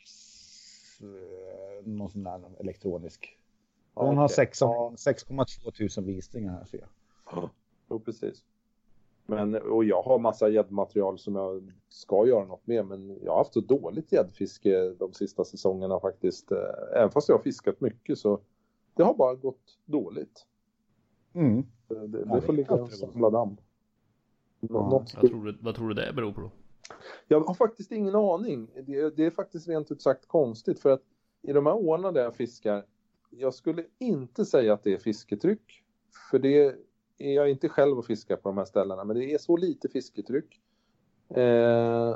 någon sån där elektronisk. Ja, den har okay. sex komma två tusen visningar här ser jag. Ja, jo, precis. Men, och jag har massa gäddmaterial som jag ska göra något med, men jag har haft så dåligt gäddfiske de sista säsongerna faktiskt. Även fast jag har fiskat mycket så det har bara gått dåligt. Mm. Det, det, det får ligga och samla damm. Ja, något... vad, tror du, vad tror du det beror på då? Jag har faktiskt ingen aning. Det, det är faktiskt rent ut sagt konstigt för att i de här årarna där jag fiskar, jag skulle inte säga att det är fisketryck. För det är jag inte själv att fiska på de här ställena, men det är så lite fisketryck. Eh,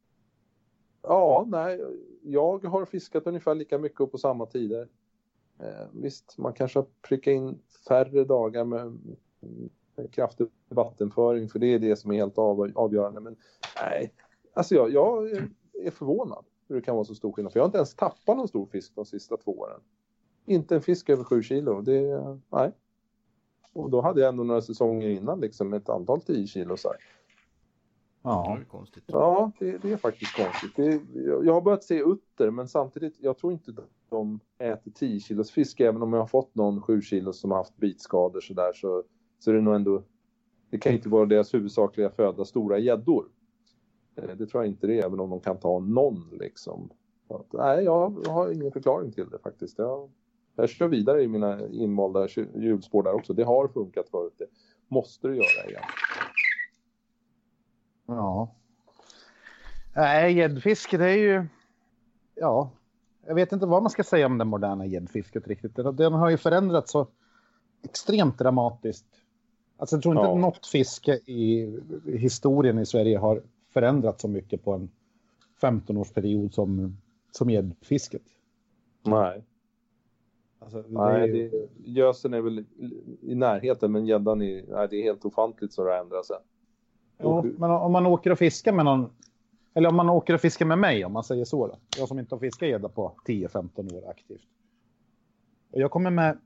ja, nej, jag har fiskat ungefär lika mycket och på samma tider. Eh, visst, man kanske har prickat in färre dagar med, med kraftig vattenföring, för det är det som är helt av, avgörande. Men nej, alltså jag, jag är förvånad hur det kan vara så stor skillnad. För jag har inte ens tappat någon stor fisk de sista två åren. Inte en fisk över sju kilo, det nej. Och då hade jag ändå några säsonger innan liksom ett antal tio kilo så här. Ja, det är konstigt. Ja, det, det är faktiskt konstigt. Det, jag, jag har börjat se utter, men samtidigt, jag tror inte att de äter tio kilos fisk. Även om jag har fått någon sju kilos som har haft bitskador så där, så, så är det nog ändå, det kan inte vara deras huvudsakliga föda, stora gäddor. Det tror jag inte det är, även om de kan ta någon liksom. Så att, nej, jag har ingen förklaring till det faktiskt. Jag, jag kör vidare i mina invalda hjulspår där också. Det har funkat förut. Det måste du göra igen. Ja. Nej, gäddfiske det är ju... Ja, jag vet inte vad man ska säga om den moderna gäddfisket riktigt. Den har ju förändrats så extremt dramatiskt. Alltså jag tror inte ja. att något fiske i historien i Sverige har förändrats så mycket på en femton-årsperiod som, som gäddfisket. Nej. Alltså, det nej, är ju... det, gösen är väl i närheten, men gäddan är, nej, det är helt ofantligt så det ändrar sig. Ja, men om man åker och fiskar med någon, eller om man åker och fiskar med mig, om man säger så då. Jag som inte har fiskat gädda på tio femton år aktivt. Och jag kommer med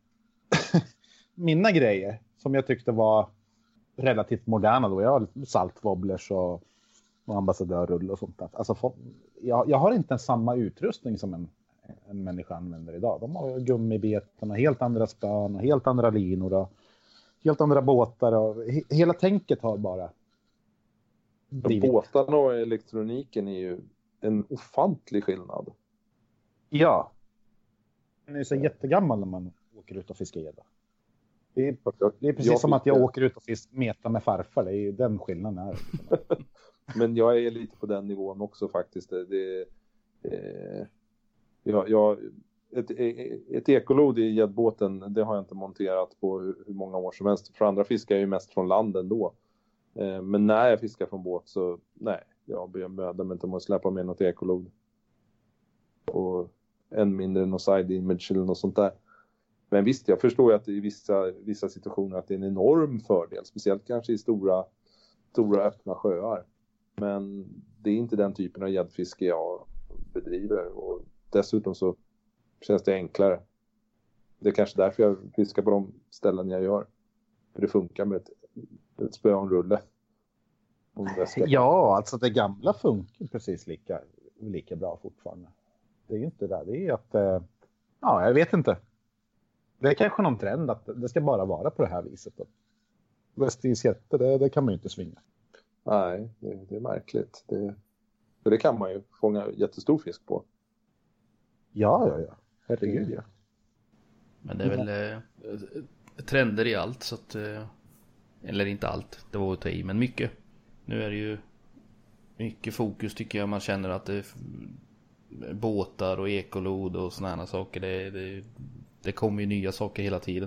mina grejer som jag tyckte var relativt moderna då. Jag har saltvobblers och, och ambassadörrull och sånt där. Alltså, jag, jag har inte en samma utrustning som en, en människa använder idag. De har gummibeten och helt andra spön och helt andra linor och helt andra båtar. Och he, hela tänket har bara... Båtarna och elektroniken är ju en ofantlig skillnad. Ja. Den är så jättegammal när man åker ut och fiskar gädda. Det är, det är precis jag som att jag åker ut och fiskar meta med farfar. Det är ju den skillnaden här. Men jag är lite på den nivån också faktiskt. Det, det, eh, jag, jag, ett, ett ekolod i gäddbåten, det har jag inte monterat på hur, hur många år som helst. För andra fiskar jag ju mest från land ändå. Men när jag fiskar från båt så nej, jag mödar mig inte om att släppa med något ekolod. Och än mindre någon side image eller något sånt där. Men visst, jag förstår ju att i vissa, vissa situationer att det är en enorm fördel. Speciellt kanske i stora, stora öppna sjöar. Men det är inte den typen av gäddfiske jag bedriver. Och dessutom så känns det enklare. Det är kanske därför jag fiskar på de ställen jag gör. För det funkar med ett ett spö och en rulle. Ja, alltså det gamla funkar precis lika, lika bra fortfarande. Det är ju inte det. Det är att, eh, ja, jag vet inte. Det är kanske någon trend att det ska bara vara på det här viset. Västins jätte, det, det kan man ju inte svinga. Nej, det, det är märkligt. Det, för det kan man ju fånga jättestor fisk på. Ja, ja, ja. Herregud, ja. Men det är väl eh, trender i allt så att... Eh... Eller inte allt, det var att ta i, men mycket. Nu är det ju mycket fokus tycker jag. Man känner att det båtar och ekolod och såna här saker. Det, det, det kommer ju nya saker hela tiden.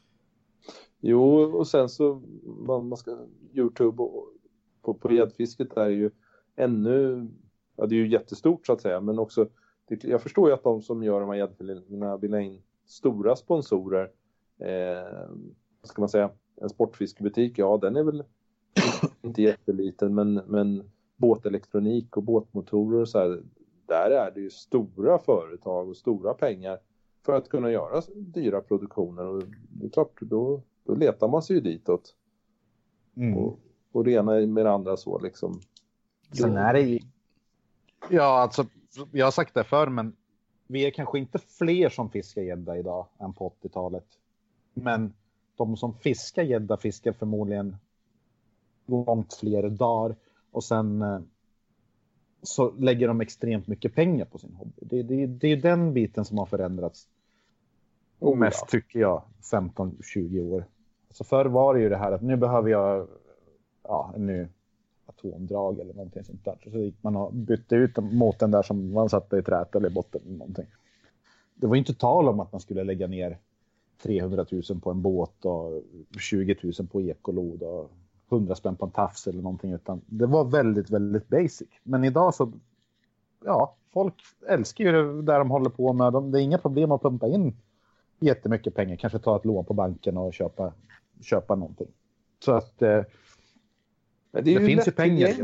Jo, och sen så man ska YouTube och, på, på gäddfisket är ju ännu, ja det är ju jättestort så att säga, men också det, jag förstår ju att de som gör de här gäddfilmerna vill ha in stora sponsorer. Eh, vad ska man säga, en sportfiskebutik, ja den är väl inte jätteliten, men, men båtelektronik och båtmotorer och så här, där är det ju stora företag och stora pengar för att kunna göra dyra produktioner, och det är klart, då, då letar man sig ju ditåt. Mm. Och, och det ena med det andra så liksom. Sen är det ju, ja alltså, jag har sagt det förr, men vi är kanske inte fler som fiskar gädda idag än på åttiotalet. Men de som fiskar gädda fiskar förmodligen långt fler dagar. Och sen så lägger de extremt mycket pengar på sin hobby. Det, det, det är ju den biten som har förändrats oh, mest ja. tycker jag, femton till tjugo år. Så förr var det ju det här att nu behöver jag ja, en ny atomdrag eller någonting sånt där. Så gick man och bytte ut mot den där som man satte i trät eller i botten eller någonting. Det var ju inte tal om att man skulle lägga ner trehundratusen på en båt och tjugotusen på ekolod och hundra spänn på en tafs eller någonting, utan det var väldigt, väldigt basic. Men idag så, ja, folk älskar ju det där de håller på med. De, det är inga problem att pumpa in jättemycket pengar. Kanske ta ett lån på banken och köpa, köpa någonting. Så att eh, det, är det ju finns ju pengar.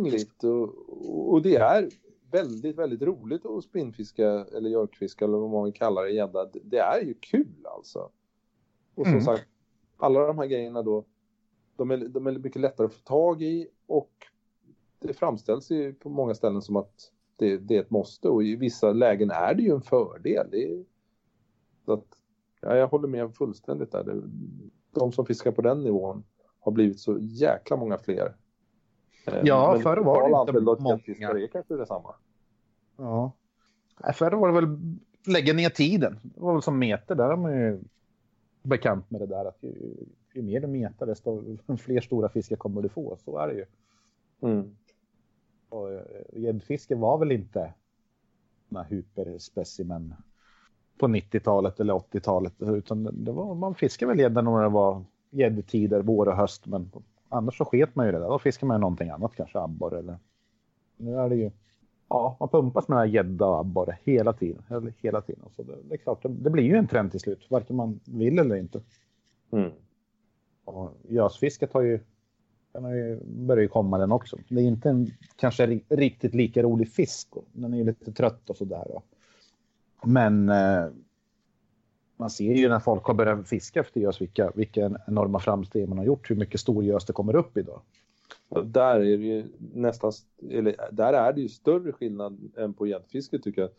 Och, och det är väldigt, väldigt roligt att spinnfiska eller jörkfiska eller vad man kallar det, gädda. Det är ju kul alltså. Och som mm. sagt, alla de här grejerna då, De är, de är mycket lättare att få tag i, och det framställs ju på många ställen som att det, det är ett måste, och i vissa lägen är det ju en fördel. Det är, så att, ja, jag håller med fullständigt där. Det, de som fiskar på den nivån har blivit så jäkla många fler. Ja, förr var det inte många. Det är kanske detsamma. Ja. Förr var det väl lägga ner tiden. Det var väl som meter, där är man ju bekant med det där att ju, ju mer du metar desto fler stora fiskar kommer du få. Så är det ju. Mm. Och gäddfiske var väl inte några hyperspecimen på nittiotalet eller åttiotalet, utan det var, man fiskade väl gädda när det var gäddtider, vår och höst, men annars så sket man ju det där. Då fiskar man ju någonting annat, kanske abborre eller nu är det ju, ja, man pumpas med gädda och abborre hela tiden, eller hela tiden. Så det, det är klart, det, det blir ju en trend till slut, varken man vill eller inte. Mm. Och gösfisket har ju, den har ju börjar ju komma den också. Det är inte en kanske riktigt lika rolig fisk. Den är ju lite trött och sådär. Då. Men eh, man ser ju när folk har börjat fiska efter gös vilka, vilka enorma framsteg man har gjort. Hur mycket stor gös det kommer upp idag. Och där är det ju nästan, eller där är det ju större skillnad än på gäddfiske tycker jag.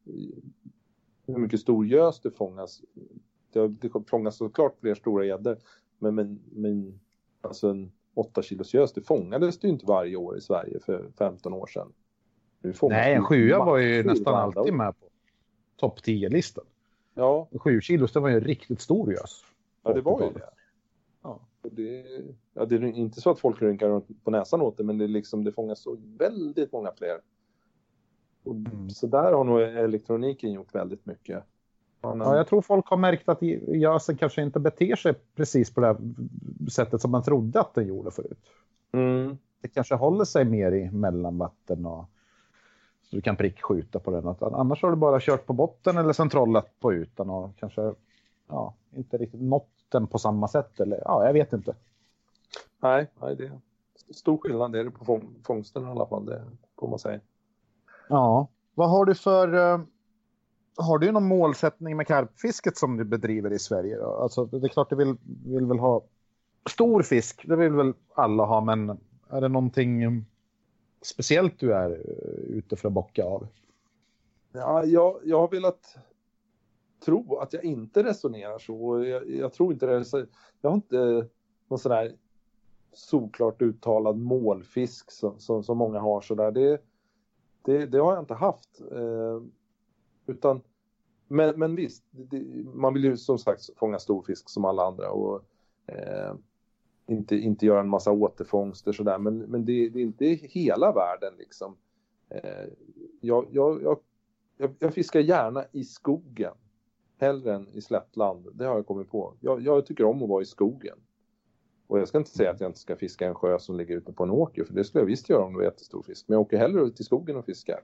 Hur mycket stor gös det fångas. Det, det fångas såklart fler stora gäddor. Men, men, men alltså en åtta kilos gös, det fångades det ju inte varje år i Sverige för femton år sedan. Nej, en sjua var ju nästan alltid med på topp tio-listan. Ja. Sju kilos, det var ju en riktigt stor gös. Ja, det var ju det. Ja. Det, ja, det är inte så att folk rynkar på näsan åt det, men det, är liksom, det fångas så väldigt många fler. Och mm. Så där har nog elektroniken gjort väldigt mycket. Ja, jag tror folk har märkt att gösen kanske inte beter sig precis på det här sättet som man trodde att den gjorde förut. Mm. Det kanske håller sig mer i mellanvatten och så du kan prickskjuta på den. Annars har du bara kört på botten eller centrallat på ytan och kanske ja, inte riktigt nått den på samma sätt. Eller, ja, jag vet inte. Nej, nej, det är stor skillnad det är det på fång- fångsten i alla fall, det får man säga. Ja, vad har du för... Uh... Har du någon målsättning med karpfisket som du bedriver i Sverige? Då? Alltså, det är klart du vill, vill väl ha stor fisk. Det vill väl alla ha. Men är det någonting speciellt du är ute för att bocka av? Ja, jag, jag har velat tro att jag inte resonerar så. Jag, jag tror inte det. Så, jag har inte någon sån där såklart uttalad målfisk som, som, som många har. Så där. Det, det, det har jag inte haft. Eh, Utan, men, men visst, det, man vill ju som sagt fånga stor fisk som alla andra och eh, inte, inte göra en massa återfångster sådär, men, men det, det är inte hela världen liksom. Eh, jag, jag, jag jag, jag fiskar gärna i skogen. Hellre än i slättland. Det har jag kommit på. Jag, jag tycker om att vara i skogen. Och jag ska inte säga att jag inte ska fiska en sjö som ligger ute på en åker. För det skulle jag visst göra om det var jättestor fisk. Men jag åker hellre ut i skogen och fiskar.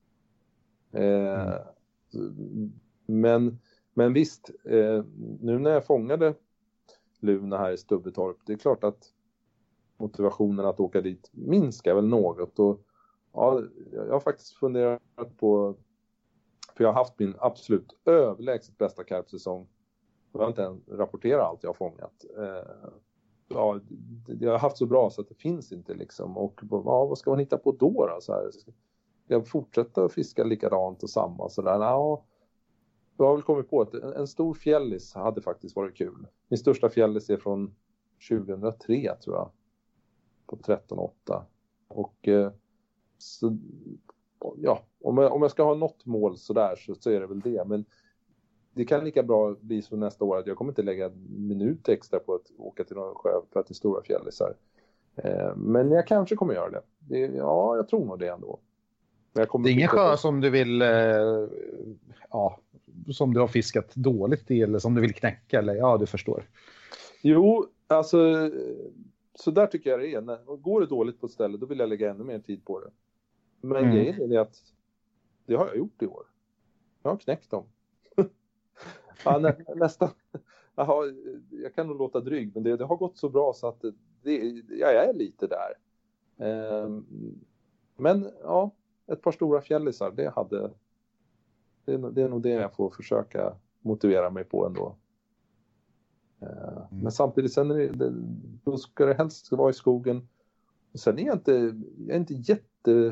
Eh, mm. men, men visst. Eh, nu när jag fångade Luna här i Stubbetorp. Det är klart att motivationen att åka dit minskar väl något. Och ja, jag har faktiskt funderat på... För jag har haft min absolut överlägset bästa karpsäsong. Jag har inte ens rapporterat allt jag har fångat. Eh, ja, jag har haft så bra så att det finns inte liksom. Och ja, vad ska man hitta på då då? Så här, ska jag fortsätta att fiska likadant och samma så där? Ja, jag har väl kommit på att en, en stor fjällis hade faktiskt varit kul. Min största fjällis är från tjugohundratre tror jag. På tretton åtta. Och eh, så... Ja, om jag, om jag ska ha något mål så där så, så är det väl det. Men det kan lika bra bli så nästa år att jag kommer inte lägga en minut extra på att åka till någon sjö för att det är stora fjällisar. Eh, men jag kanske kommer göra det. det. Ja, jag tror nog det ändå. Men jag kommer det är ingen sjö som du vill, eh, ja, som du har fiskat dåligt i eller som du vill knäcka eller ja, du förstår. Jo, alltså så där tycker jag det är. När, går det dåligt på ett ställe då vill jag lägga ännu mer tid på det. Men mm. grejen är det att det har jag gjort i år. Jag har knäckt dem. ja, nä, nästan. Jaha, jag kan nog låta dryg, men det, det har gått så bra så att det, jag är lite där. Ehm, men ja, ett par stora fjällisar, det hade det, det är nog det jag får försöka motivera mig på ändå. Ehm, mm. Men samtidigt sen är det, det, då ska det helst vara i skogen. Och sen är jag inte, jag är inte jätte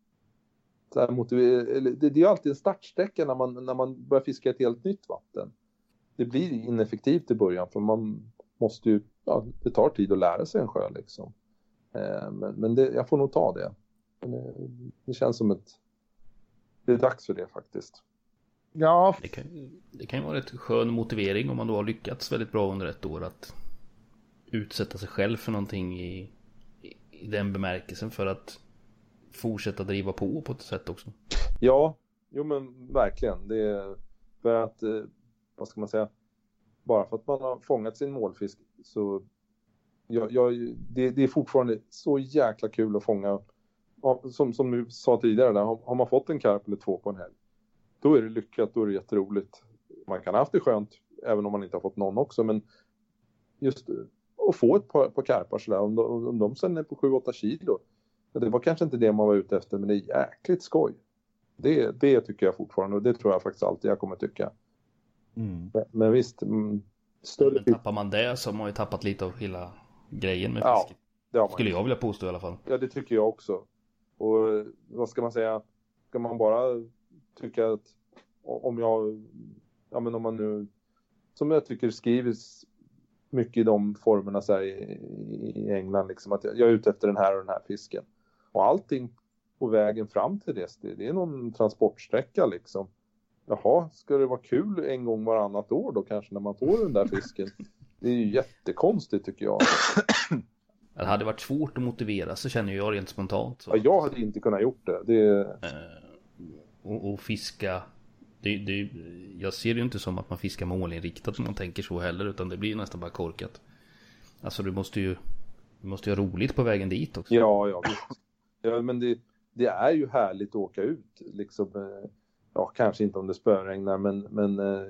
så här motiver- det, det är alltid en startsträcka när man, när man börjar fiska ett helt nytt vatten. Det blir ineffektivt i början för man måste ju, ja, det tar tid att lära sig en sjö liksom. Eh, men men det, jag får nog ta det. Men det. Det känns som ett, det är dags för det faktiskt. Ja. Det kan, det kan ju vara ett skön motivering om man då har lyckats väldigt bra under ett år att utsätta sig själv för någonting i, i, i den bemärkelsen för att fortsätta driva på på ett sätt också. Ja, jo men verkligen. Det är för att, eh, vad ska man säga, bara för att man har fångat sin målfisk så jag, jag, det, det är fortfarande så jäkla kul att fånga. Som, som du sa tidigare, där, har man fått en karp eller två på en helg, då är det lyckat, då är det jätteroligt. Man kan ha haft det skönt, även om man inte har fått någon också, men just att få ett par, par karpar sådär, om de, om de sen är på sju åtta kilo, det var kanske inte det man var ute efter, men det är jäkligt skoj. Det, det tycker jag fortfarande, och det tror jag faktiskt alltid jag kommer tycka. Mm. Men, men visst, mm, större... Men tappar man det så har man ju tappat lite av hela grejen med fisket. Ja, skulle jag vilja påstå i alla fall. Ja, det tycker jag också. Och vad ska man säga, ska man bara tycka att om jag, ja men om man nu, som jag tycker skrivs mycket i de formerna så här i, i England liksom, att jag, jag är ute efter den här och den här fisken. Och allting på vägen fram till det, det är någon transportsträcka liksom. Jaha, ska det vara kul en gång varannat år då kanske när man får den där fisken? Det är ju jättekonstigt tycker jag. Det hade varit svårt att motivera, så känner jag rent spontant. Så. Ja, jag hade inte kunnat gjort det. det... Eh, och, och fiska, det, det, jag ser det ju inte som att man fiskar målinriktat om man tänker så heller, utan det blir nästan bara korkat. Alltså du måste ju, du måste ju ha roligt på vägen dit också. Ja, ja, visst. Ja, men det, det är ju härligt att åka ut. Liksom, ja, kanske inte om det spöregnar, men, men eh,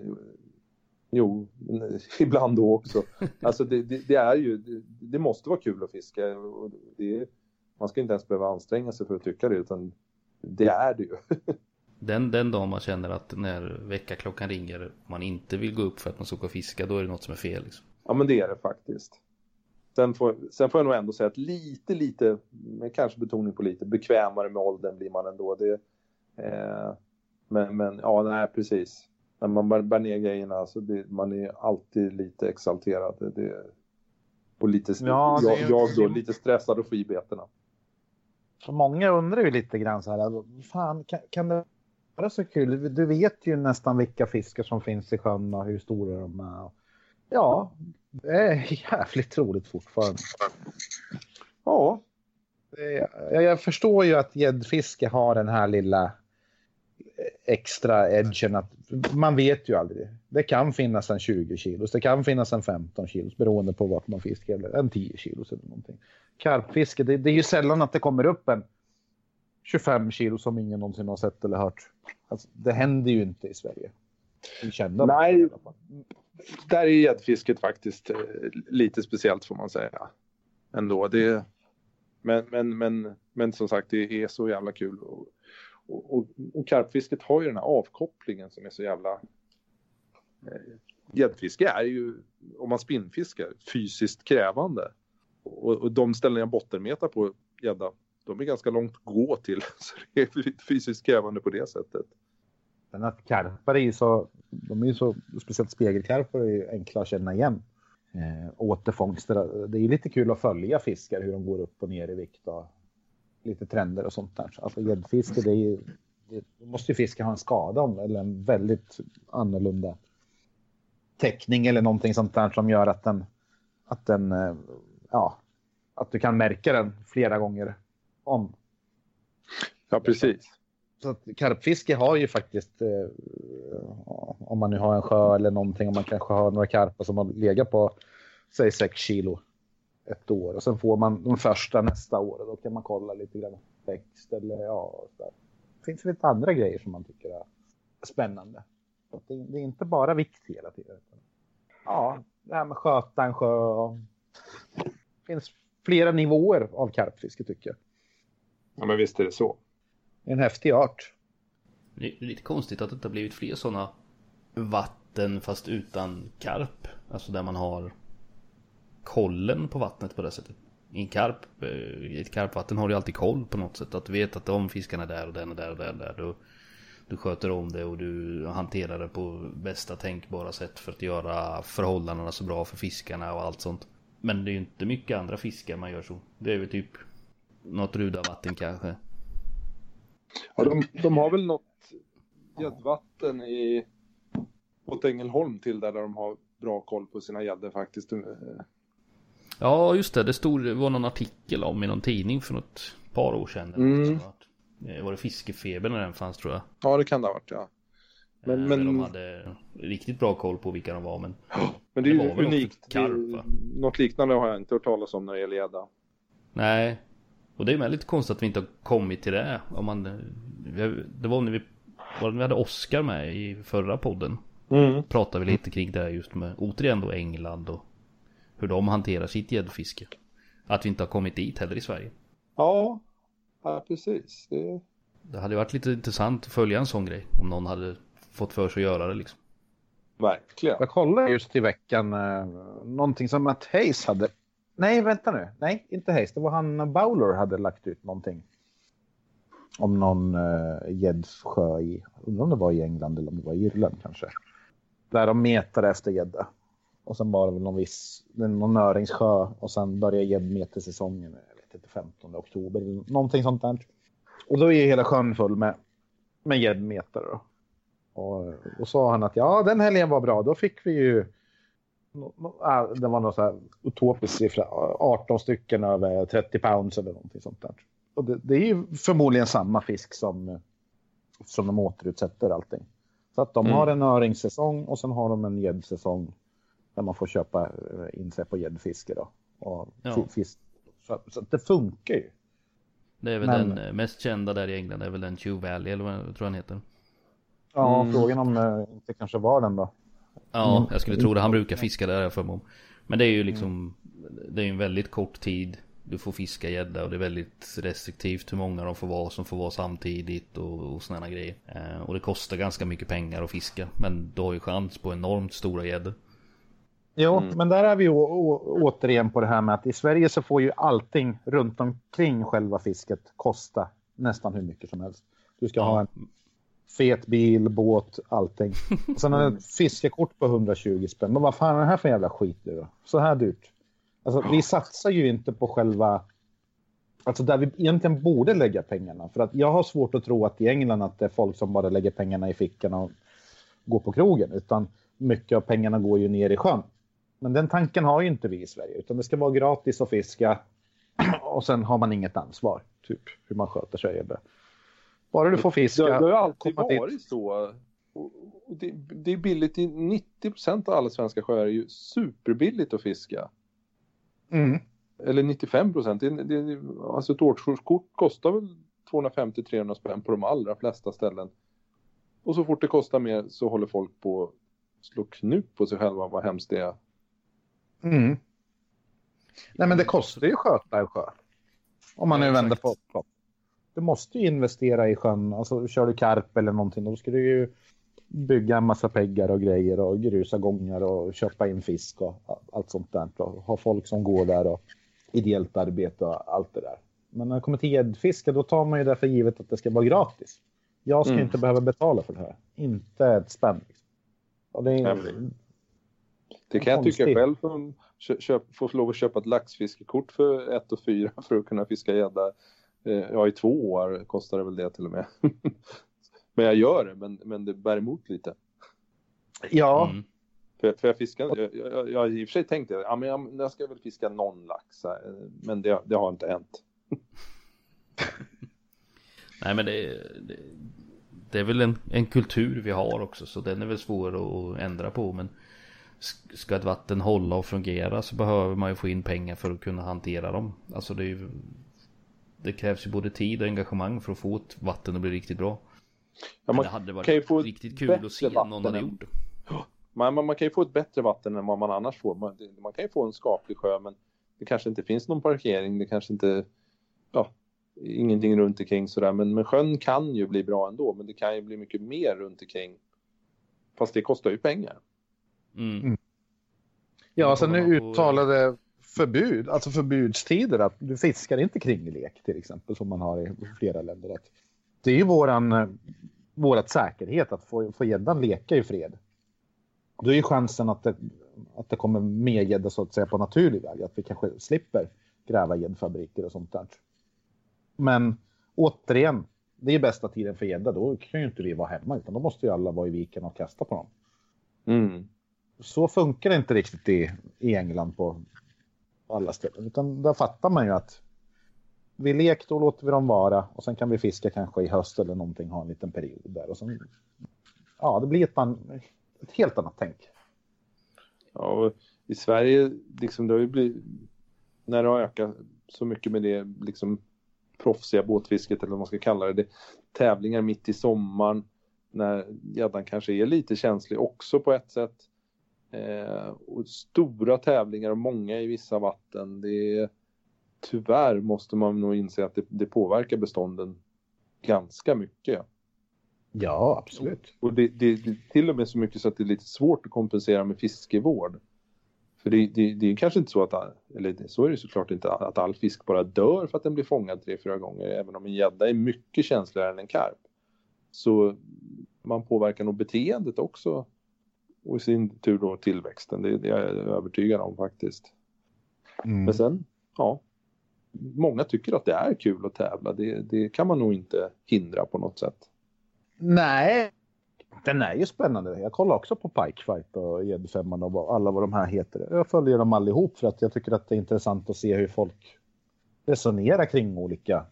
jo, ibland då också. Alltså det, det, det är ju, det, det måste vara kul att fiska. Och det, man ska inte ens behöva anstränga sig för att tycka det, utan det är det ju. Den, den dag man känner att när veckaklockan ringer man inte vill gå upp för att man ska gå och fiska, då är det något som är fel liksom. Ja, men det är det faktiskt. Sen får, sen får jag nog ändå säga att lite, lite, men kanske betoning på lite, bekvämare med åldern blir man ändå. Det, eh, men, men ja, nej, precis. När man bär, bär ner grejerna så det, man är alltid lite exalterad. Det, det, och lite, ja, jag, ju... jag då, lite stressad och få i beterna. Så många undrar ju lite grann så här, fan, kan, kan det vara så kul? Du vet ju nästan vilka fiskar som finns i sjön och hur stora de är. Ja, det är jävligt roligt fortfarande. Ja. Jag, jag förstår ju att gäddfiske har den här lilla extra edgen att man vet ju aldrig. Det kan finnas en tjugo kilos, det kan finnas en femton kilos beroende på vart man fiskar, eller en tio kilos eller någonting. Karpfiske, det, det är ju sällan att det kommer upp en tjugofem kilo som ingen någonsin har sett eller hört. Alltså, det händer ju inte i Sverige. Kända Nej, där är gäddfisket faktiskt eh, lite speciellt får man säga. Ändå, det men, men, men, men som sagt, det är så jävla kul. Och, och, och, och karpfisket har ju den här avkopplingen som är så jävla... Eh, gäddfiske är ju, om man spinnfiskar, fysiskt krävande. Och, och de ställen jag bottenmetar på gädda, de är ganska långt gå till. Så det är fysiskt krävande på det sättet. Men att karpar är ju så, de är ju så, speciellt spegelkarpar är ju enkla att känna igen. Eh, återfångster, det är ju lite kul att följa fiskar, hur de går upp och ner i vikt och lite trender och sånt där. Alltså gäddfiske, det är ju, det måste ju fiska ha en skada om, eller en väldigt annorlunda täckning eller någonting sånt där som gör att den, att den, eh, ja, att du kan märka den flera gånger om. Ja, precis. Så att karpfiske har ju faktiskt, eh, om man nu har en sjö eller någonting, om man kanske har några karpar som har legat på, säg sex kilo ett år. Och sen får man de första nästa år och då kan man kolla lite grann växt eller ja. Så där. Det finns lite andra grejer som man tycker är spännande. Så att det, det är inte bara vikt hela tiden. Ja, det här med sköta en sjö. Och det finns flera nivåer av karpfiske tycker jag. Ja, men visst är det så. En häftig art. Det är lite konstigt att det inte har blivit fler sådana vatten fast utan karp. Alltså där man har kollen på vattnet på det sättet. I en karp, i ett karpvatten har du alltid koll på något sätt. Att du vet att de fiskarna är där och den och där och där. Och där. Du, du sköter om det och du hanterar det på bästa tänkbara sätt för att göra förhållandena så bra för fiskarna och allt sånt. Men det är ju inte mycket andra fiskar man gör så. Det är väl typ något rudavatten kanske. Ja, de, de har väl något gäddvatten i åt Ängelholm till där, där de har bra koll på sina gäddor faktiskt. Ja, just det. Det stod, det var någon artikel om i någon tidning för något par år sedan. Mm. Det var det fiskefeber när den fanns, tror jag. Ja, det kan det ha varit, ja. Men, men... De hade riktigt bra koll på vilka de var. Men, men det är det ju unikt. Karp, något liknande har jag inte hört talas om när det gäller gädda. Nej. Och det är väldigt konstigt att vi inte har kommit till det. Om man, det var när vi, var när vi hade Oscar med i förra podden. Mm. Pratade vi lite kring det just med återigen då England och hur de hanterar sitt gäddfiske. Att vi inte har kommit dit heller i Sverige. Ja, ja precis. Det... det hade varit lite intressant att följa en sån grej. Om någon hade fått för sig att göra det liksom. Verkligen. Jag kollade just i veckan eh, någonting som Matt Hayes hade. Nej, vänta nu. Nej, inte Hayes. Det var han Bowler hade lagt ut någonting. Om någon gäddsjö uh, i, undrar om det var i England eller om det var i Irland kanske. Där de metade efter gädda. Och sen var det väl någon viss, någon näringssjö. Och sen började gäddmetersäsongen, jag vet inte, femtonde oktober. Någonting sånt där. Och då är hela sjön full med, med gäddmetare då. Och då sa han att ja, den helgen var bra. Då fick vi ju, det var någon så här utopisk siffra, arton stycken över trettio pounds eller någonting sånt där. Och det, det är ju förmodligen samma fisk som, som de återutsätter allting. Så att de mm. har en öringssäsong och sen har de en gäddsäsong där man får köpa in sig på gäddfiske då. Och ja. fisk. Så, så att det funkar ju. Det är väl Men, den mest kända där i England, det är väl den Chew Valley eller vad jag tror han heter. Ja, mm. frågan om det inte kanske var den då. Ja, mm. jag skulle tro det. Han brukar fiska där för mig. Men det är ju liksom, det är ju en väldigt kort tid du får fiska gädda och det är väldigt restriktivt hur många de får vara som får vara samtidigt och, och sådana grejer. Eh, och det kostar ganska mycket pengar att fiska, men du har ju chans på enormt stora gäddor. Jo, mm. men där är vi ju å- återigen på det här med att i Sverige så får ju allting runt omkring själva fisket kosta nästan hur mycket som helst. Du ska ja. ha en fet bil, båt, allting. Och sen har du ett fiskekort på hundratjugo spänn. Men vad fan är det här för jävla skit då? Så här dyrt. Alltså vi satsar ju inte på själva, alltså där vi egentligen borde lägga pengarna. För att jag har svårt att tro att i England att det är folk som bara lägger pengarna i fickan och går på krogen. Utan mycket av pengarna går ju ner i sjön. Men den tanken har ju inte vi i Sverige. Utan det ska vara gratis att fiska och sen har man inget ansvar. Typ hur man sköter sig. Eller. Bara du får fiska. Det, det har ju alltid komma varit dit. så. Och, och det, det är billigt. I nittio procent av alla svenska sjöar är ju superbilligt att fiska. Mm. Eller nittiofem procent. Det, det, alltså ett årskort kostar väl tvåhundrafemtio till trehundra spänn på de allra flesta ställen. Och så fort det kostar mer så håller folk på att slå knut på sig själva vad hemskt det är. Mm. Nej, men det kostar ju sköta en sjö. Om man Ja, nu vänder exakt. på. Du måste ju investera i sjön. Alltså kör du karp eller någonting, då ska du ju bygga en massa peggar och grejer och grusa gångar och köpa in fisk och allt sånt där. Och ha folk som går där och ideellt arbete och allt det där. Men när det kommer till gäddfiske, då tar man ju det för givet att det ska vara gratis. Jag ska Mm. inte behöva betala för det här. Inte ett spänn. Och det är... Ja, Det kan jag tycka själv som köp, får lov att köpa ett laxfiskekort för ett och fyra för att kunna fiska gädda. Ja, i två år kostar det väl det till och med. Men jag gör det, men, men det bär emot lite. Ja. Mm. För, för jag fiskar, jag, jag, jag i och för sig tänkte ja, men jag, jag ska väl fiska någon lax. Men det, det har inte hänt. Nej, men det, det, det är väl en, en kultur vi har också, så den är väl svår att ändra på. Men ska ett vatten hålla och fungera så behöver man ju få in pengar för att kunna hantera dem. Alltså det är ju, det krävs ju både tid och engagemang för att få ett vatten att bli riktigt bra. Ja, man Men det hade varit kan ju få riktigt kul att se om någon hade än, gjort det. Man, man, man kan ju få ett bättre vatten än vad man annars får. Man, man kan ju få en skaplig sjö, men det kanske inte finns någon parkering. Det kanske inte, ja, ingenting runt omkring sådär. Men, men sjön kan ju bli bra ändå. Men det kan ju bli mycket mer runt omkring. Fast det kostar ju pengar. Mm. Mm. Ja, sen är uttalade förbud, alltså förbudstider, att du fiskar inte kringelek till exempel, som man har i flera länder. Att det är ju våran, vårat säkerhet att få, få gäddan leka i fred. Då är ju chansen att det, att det kommer mer gädda så att säga på naturlig väg, att vi kanske slipper gräva gäddfabriker och sånt där. Men återigen, det är bästa tiden för gädda, då kan ju inte vi vara hemma, utan då måste ju alla vara i viken och kasta på dem. Mm. Så funkar det inte riktigt i, i England på alla ställen. Utan där fattar man ju att vi lek, då låter vi dem vara. Och sen kan vi fiska kanske i höst eller någonting, ha en liten period där. Och sen, ja, det blir ett, man, ett helt annat tänk. Ja, och i Sverige, liksom, det har ju blivit, när det har ökat så mycket med det liksom proffsiga båtfisket, eller vad man ska kalla det, det tävlingar mitt i sommaren, när gäddan kanske är lite känslig också på ett sätt. Eh, och stora tävlingar och många i vissa vatten, det är, tyvärr måste man nog inse att det, det påverkar bestånden ganska mycket. Ja, absolut. Och det, det, det till och med så mycket så att det är lite svårt att kompensera med fiskevård. För det, det, det är kanske inte så att, eller så är det såklart inte, att all fisk bara dör för att den blir fångad tre, fyra gånger. Även om en gädda är mycket känsligare än en karp. Så man påverkar nog beteendet också. Och i sin tur då tillväxten. Det, det är jag övertygad om faktiskt. Mm. Men sen, ja. Många tycker att det är kul att tävla. Det, det kan man nog inte hindra på något sätt. Nej, den är ju spännande. Jag kollar också på Pikefight och gäddfemman och alla vad de här heter. Jag följer dem allihop för att jag tycker att det är intressant att se hur folk resonerar kring olika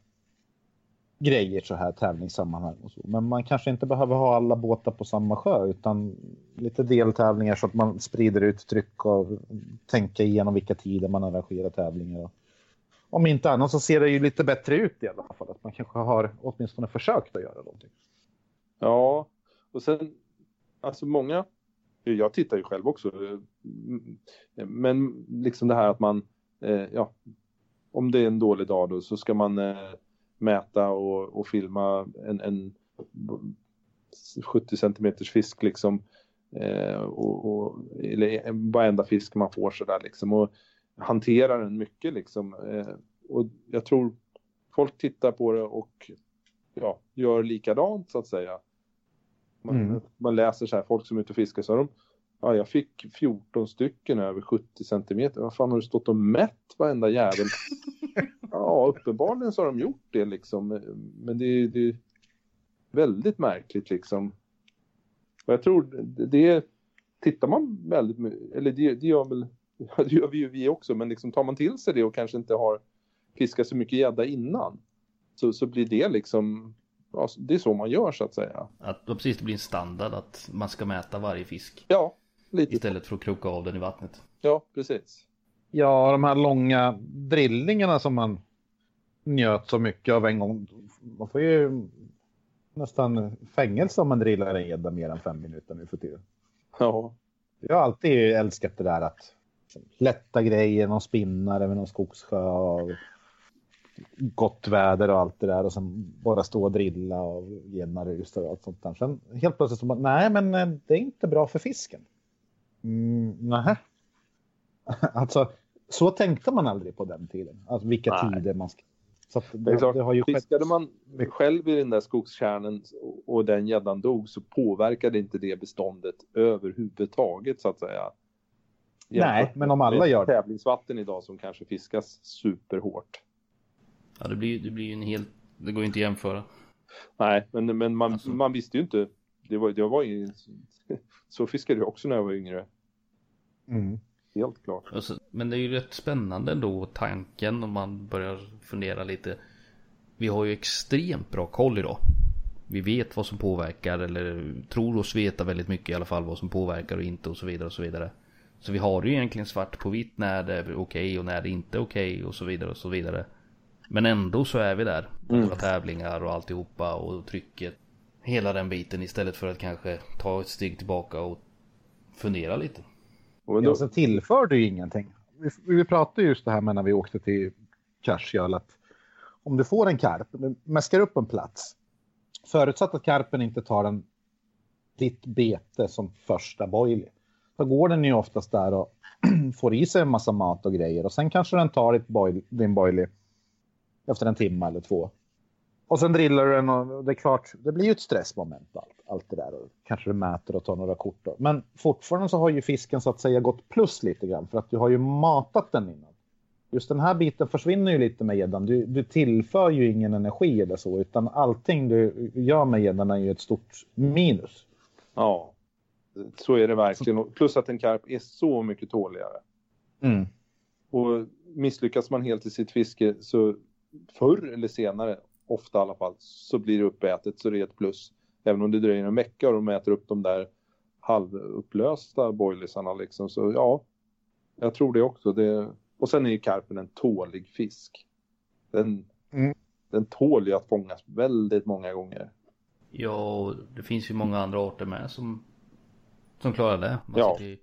grejer så här, tävlingssammanhang och så. Men man kanske inte behöver ha alla båtar på samma sjö, utan lite deltävlingar så att man sprider ut tryck och tänker igenom vilka tider man arrangerar tävlingar. Och om inte annat så ser det ju lite bättre ut i alla fall, att man kanske har åtminstone försökt att göra någonting. Ja, och sen, alltså många, jag tittar ju själv också, men liksom det här att man, eh, ja, om det är en dålig dag då så ska man eh, mäta och, och filma en, en sjuttio centimeters fisk liksom, eh, och, och, eller varenda fisk man får sådär liksom, och hantera den mycket liksom, eh, och jag tror folk tittar på det och ja, gör likadant så att säga. Man, mm. man läser så här, folk som är ute och fiskar, så de, ja, jag fick fjorton stycken över sjuttio centimeter. Vad fan har du stått och mätt varenda jävel? Ja, uppenbarligen så har de gjort det liksom. Men det är, det är väldigt märkligt liksom. Och jag tror det, det tittar man väldigt, eller det, det gör väl, det gör vi ju vi också, men liksom tar man till sig det och kanske inte har fiskat så mycket gädda innan, så, så blir det liksom Ja, det är så man gör så att säga. Att då precis det blir en standard att man ska mäta varje fisk. Ja, lite. Istället för att kroka av den i vattnet. Ja, precis. Ja, de här långa drillningarna som man njöt så mycket av en gång. Man får ju nästan fängelse om man drillar en gädda mer än fem minuter nu för tiden. Ja. Jag har alltid älskat det där att lätta grejer, någon spinnare med någon skogssjö och gott väder och allt det där och sen bara stå och drilla och gena rus och allt sånt där. Sen helt plötsligt så bara, nej men det är inte bra för fisken. Mm, nej. Alltså, så tänkte man aldrig på den tiden. Alltså vilka nej. tider man ska... Så att det, det, är klart, det har ju fiskade skett... man själv i den där skogskärnen och den gäddan dog så påverkade inte det beståndet överhuvudtaget så att säga. Nej, men om alla gör det. Tävlingsvatten idag som kanske fiskas superhårt. Ja, det blir, det blir ju en helt... Det går ju inte att jämföra. Nej, men, men man, alltså. man visste ju inte. Det var, det var ju, så fiskade jag också när jag var yngre. Mm. Helt klart. Alltså, men det är ju rätt spännande då tanken om man börjar fundera lite. Vi har ju extremt bra koll idag. Vi vet vad som påverkar eller tror oss veta väldigt mycket i alla fall vad som påverkar och inte och så vidare och så vidare. Så vi har ju egentligen svart på vitt när det är okej okay och när det inte är okej okay och så vidare och så vidare. Men ändå så är vi där. Mm. Våra tävlingar och alltihopa och trycket. Hela den biten istället för att kanske ta ett steg tillbaka och fundera lite. Och då... ja, sen tillför det ju ingenting. Vi, vi pratade just det här med när vi åkte till Karsjöl att om du får en karp, mäskar upp en plats. Förutsatt att karpen inte tar en ditt bete som första boilie. Då går den ju oftast där och får i sig en massa mat och grejer. Och sen kanske den tar ditt boil, din boilie efter en timme eller två. Och sen drillar du den och det är klart, det blir ju ett stressmoment allt, allt det där. Och kanske du mäter och tar några kort då. Men fortfarande så har ju fisken så att säga gått plus lite grann. För att du har ju matat den innan. Just den här biten försvinner ju lite med gäddan. Du, du tillför ju ingen energi eller så. Utan allting du gör med gäddan är ju ett stort minus. Ja, så är det verkligen. Plus att en karp är så mycket tåligare. Mm. Och misslyckas man helt i sitt fiske så förr eller senare, ofta i alla fall, så blir det uppätet så det är ett plus. Även om det dröjer en vecka och de mäter upp de där halvupplösta boilisarna liksom. Så ja, jag tror det också. Det... Och sen är ju karpen en tålig fisk. Den, mm. den tål ju att fångas väldigt många gånger. Ja, och det finns ju många andra arter med som, som klarar det. Man ja. Till,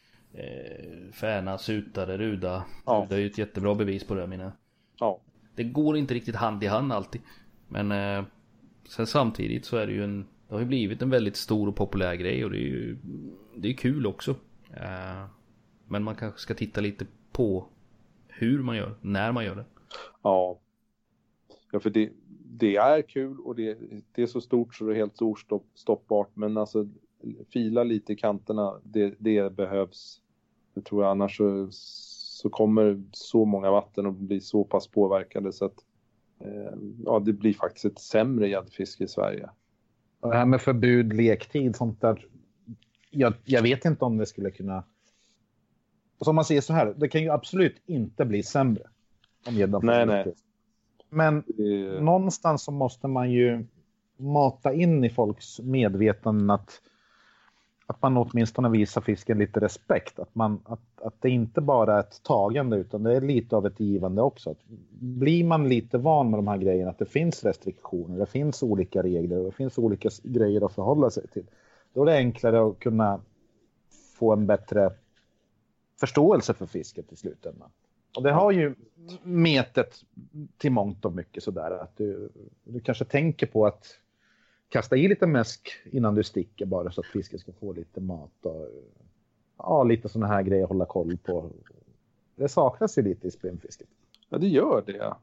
eh, färna, sutare, ruda. Ja. Ruda är ju ett jättebra bevis på det, mina. Ja. Det går inte riktigt hand i hand alltid. Men eh, sen samtidigt så är det ju en... Det har ju blivit en väldigt stor och populär grej. Och det är ju det är kul också. Eh, men man kanske ska titta lite på hur man gör. När man gör det. Ja. Ja, för det, det är kul. Och det, det är så stort så det är helt ostoppbart. Men alltså fila lite i kanterna. Det, det behövs. Det tror jag annars så... så kommer så många vatten och blir så pass påverkade så att eh, ja, det blir faktiskt ett sämre gäddfiske i Sverige. Och det här med förbud, lektid, sånt där. Jag, jag vet inte om det skulle kunna... Som man säger så här, det kan ju absolut inte bli sämre om gäddan får nej, lektid. Nej. Men det... någonstans så måste man ju mata in i folks medvetanden att att man åtminstone visar fisken lite respekt. Att, man, att, att det inte bara är ett tagande utan det är lite av ett givande också. Att blir man lite van med de här grejerna, att det finns restriktioner, det finns olika regler och det finns olika grejer att förhålla sig till. Då är det enklare att kunna få en bättre förståelse för fisket i slutändan. Och det har ju metet till mångt och mycket sådär. Att du, du kanske tänker på att kasta i lite mäsk innan du sticker bara så att fisken ska få lite mat och ja, lite såna här grejer att hålla koll på. Det saknas ju lite i spinnfisket. Ja, det gör det.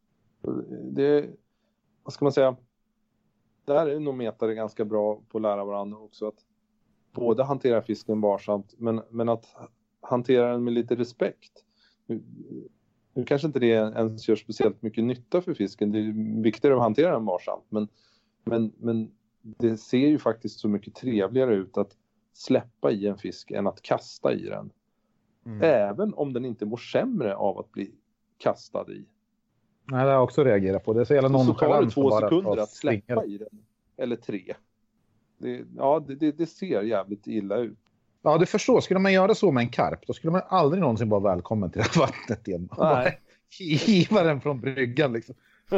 Det, vad ska man säga? Där är nog metare ganska bra på att lära varandra också. Att både hantera fisken varsamt men, men att hantera den med lite respekt. Nu, nu kanske inte det ens gör speciellt mycket nytta för fisken. Det är viktigare att hantera den varsamt. Men Men, men det ser ju faktiskt så mycket trevligare ut att släppa i en fisk än att kasta i den. Mm. Även om den inte mår sämre av att bli kastad i. Nej, det har jag också reagerat på. Det är så jävla så, så tar det nonchalant två bara sekunder ta att släppa slingar. i den. Eller tre. Det, ja, det, det, det ser jävligt illa ut. Ja, du förstår. Skulle man göra så med en karp, då skulle man aldrig någonsin vara välkommen till det vattnet igen. Nej. Hiva den från bryggan liksom.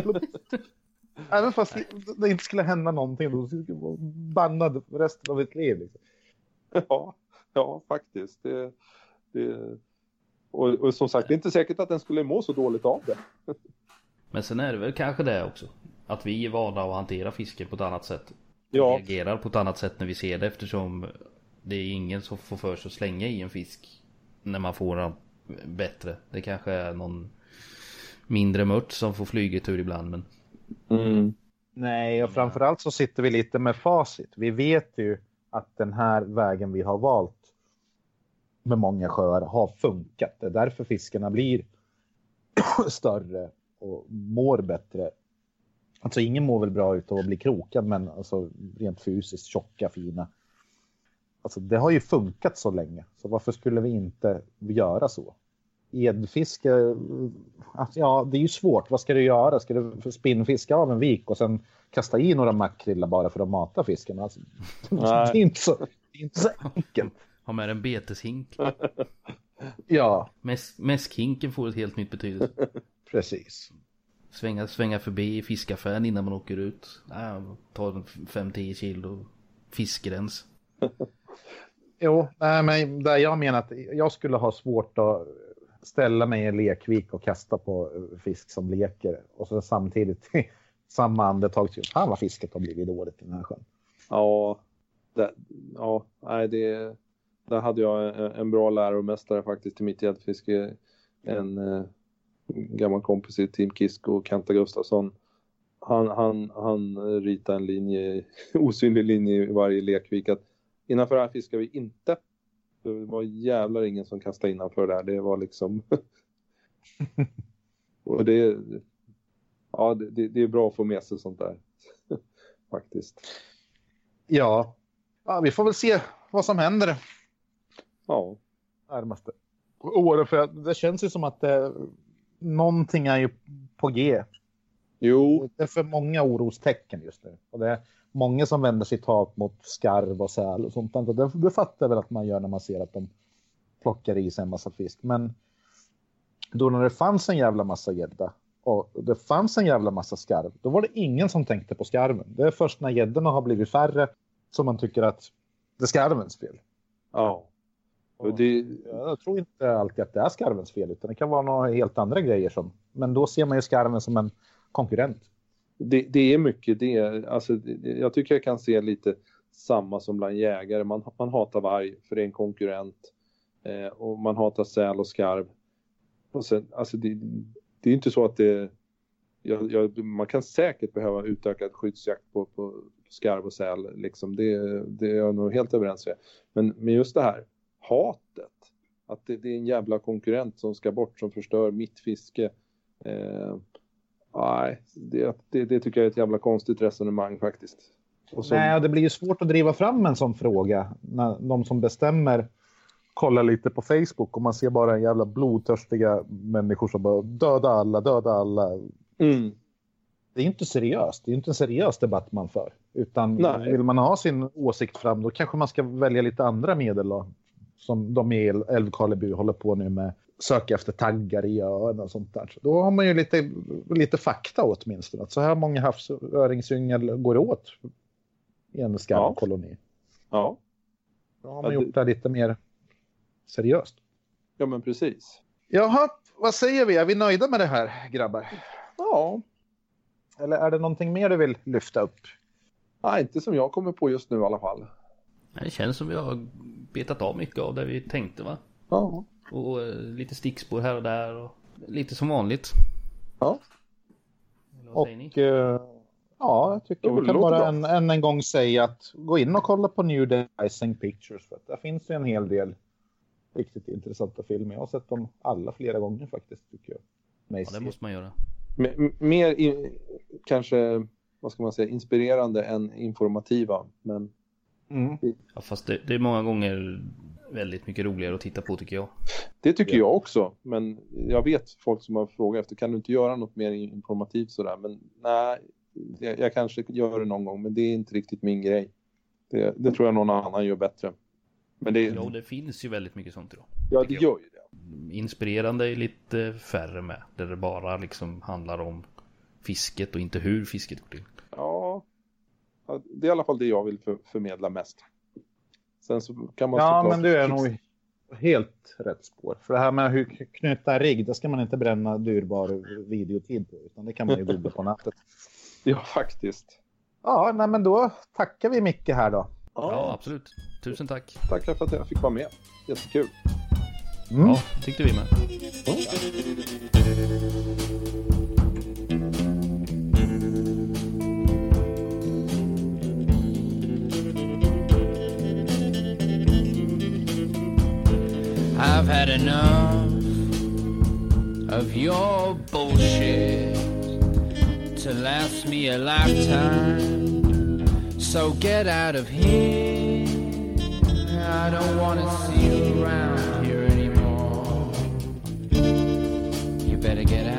Även fast det inte skulle hända någonting, då skulle du vara bannad resten av ditt liv. Liksom. Ja, ja, faktiskt. Det, det, och, och som sagt, det är inte säkert att den skulle må så dåligt av det. Men sen är det väl kanske det också. Att vi är vana att hantera fiske på ett annat sätt. Ja. Reagerar på ett annat sätt när vi ser det, eftersom det är ingen som får för sig att slänga i en fisk när man får den bättre. Det kanske är någon mindre mört som får flygetur ibland, men... Mm. Nej, och framförallt så sitter vi lite med facit. Vi vet ju att den här vägen vi har valt med många sjöar har funkat. Det är därför fiskarna blir större och mår bättre. Alltså ingen mår väl bra ut av att bli krokad, men alltså rent fysiskt tjocka, fina. Alltså det har ju funkat så länge. Så varför skulle vi inte göra så? Edfiske, alltså, ja det är ju svårt. Vad ska du göra? Ska du spinnfiska av en vik och sen kasta i några makrillar bara för att mata fisken? Alltså, det, är inte så, det är inte så enkelt. Ha med en beteshink. Ja. Mäsk, mäskhinken får ett helt nytt betydelse. Precis. Svänga, svänga förbi fiskaffären innan man åker ut. Äh, ta fem till tio kilo fiskgräns. Jo, nej, men där jag menar att jag skulle ha svårt att ställa mig i en lekvik och kasta på fisk som leker. Och så samtidigt samma andetag till fan vad fisket har blivit dåligt i den här sjön. Ja, det, ja nej, det, där hade jag en, en bra läromästare faktiskt till mitt gäddfiske. En eh, gammal kompis i Team Kisko, Kenta Gustafsson. Han, han, han ritade en linje, osynlig linje i varje lekvik att innanför här fiskar vi inte. Det var jävlar ingen som kastade innanför där. Det var liksom... och det, ja, det, det är bra att få med sig sånt där. Faktiskt. Ja. Ja, vi får väl se vad som händer. Ja. Närmaste året. För det känns ju som att det, någonting är ju på G. Jo. Det är för många orostecken just nu. Och det är många som vänder sitt tak mot skarv och säl och sånt. Och det, det fattar väl att man gör när man ser att de plockar i sig en massa fisk. Men då när det fanns en jävla massa gädda och det fanns en jävla massa skarv, då var det ingen som tänkte på skarven. Det är först när gäddorna har blivit färre som man tycker att det är skarvens fel. Ja. Och det... Jag tror inte alltid att det är skarvens fel, utan det kan vara några helt andra grejer som... Men då ser man ju skarven som en konkurrent. Det, det är mycket det. Alltså, jag tycker jag kan se lite samma som bland jägare. Man, man hatar varg för det är en konkurrent. Eh, och man hatar säl och skarv. Och sen, alltså det, det är inte så att det... Jag, jag, man kan säkert behöva utökad skyddsjakt på, på skarv och säl. Liksom. Det, det är jag nog helt överens med. Men, men just det här, hatet. Att det, det är en jävla konkurrent som ska bort, som förstör mitt fiske. Eh, nej, det, det, det tycker jag är ett jävla konstigt resonemang faktiskt. Och så... Nej, det blir ju svårt att driva fram en sån fråga när de som bestämmer kollar lite på Facebook och man ser bara en jävla blodtörstiga människor som bara döda alla, döda alla. Mm. Det är inte seriöst. Det är inte en seriös debatt man för. Utan Nej. Vill man ha sin åsikt fram, då kanske man ska välja lite andra medel då. Som de i Älvkarleby håller på nu med. Söka efter taggar i ön och sånt där. Så då har man ju lite, lite fakta åtminstone. Att så här många havsöringsyngel går åt i en skarvkoloni. Ja. Då har man ja, gjort det lite mer seriöst. Ja, men precis. Jaha, vad säger vi? Är vi nöjda med det här, grabbar? Ja. Eller är det någonting mer du vill lyfta upp? Nej, inte som jag kommer på just nu i alla fall. Det känns som vi har betat av mycket av det vi tänkte, va? Ja. Och uh, lite stickspår här och där. Och lite som vanligt. Ja. Och uh, ja, jag tycker vi kan bara en, en, en gång säga att gå in och kolla på New Dicing Pictures. För att där finns det en hel del riktigt intressanta filmer. Jag har sett dem alla flera gånger faktiskt, tycker jag. Ja, det måste man göra. M- mer in, kanske, vad ska man säga, inspirerande än informativa. Men... Mm. Ja, fast det, det är många gånger väldigt mycket roligare att titta på tycker jag. Det tycker jag också, men jag vet folk som har frågat efter, kan du inte göra något mer informativt sådär? Men nej, jag, jag kanske gör det någon gång, men det är inte riktigt min grej. Det, det tror jag någon annan gör bättre. Men det, ja, det finns ju väldigt mycket sånt idag. Ja, det gör ju det. Inspirerande är lite färre med, där det bara liksom handlar om fisket och inte hur fisket går till. Ja, det är i alla fall det jag vill för, förmedla mest. Sen så kan man ja, men du är nog helt rätt spår. För det här med hur knyta rigg, det ska man inte bränna dyrbar videotid på. Utan det kan man ju googla på nätet. Ja, faktiskt. Ja, nej, men då tackar vi Micke här då. Ja, ja, absolut. Tusen tack. Tackar för att jag fick vara med. Jättekul. Mm. Ja, tyckte vi med. Ja. I've had enough of your bullshit to last me a lifetime. So get out of here. I don't want to see you around here anymore. You better get out.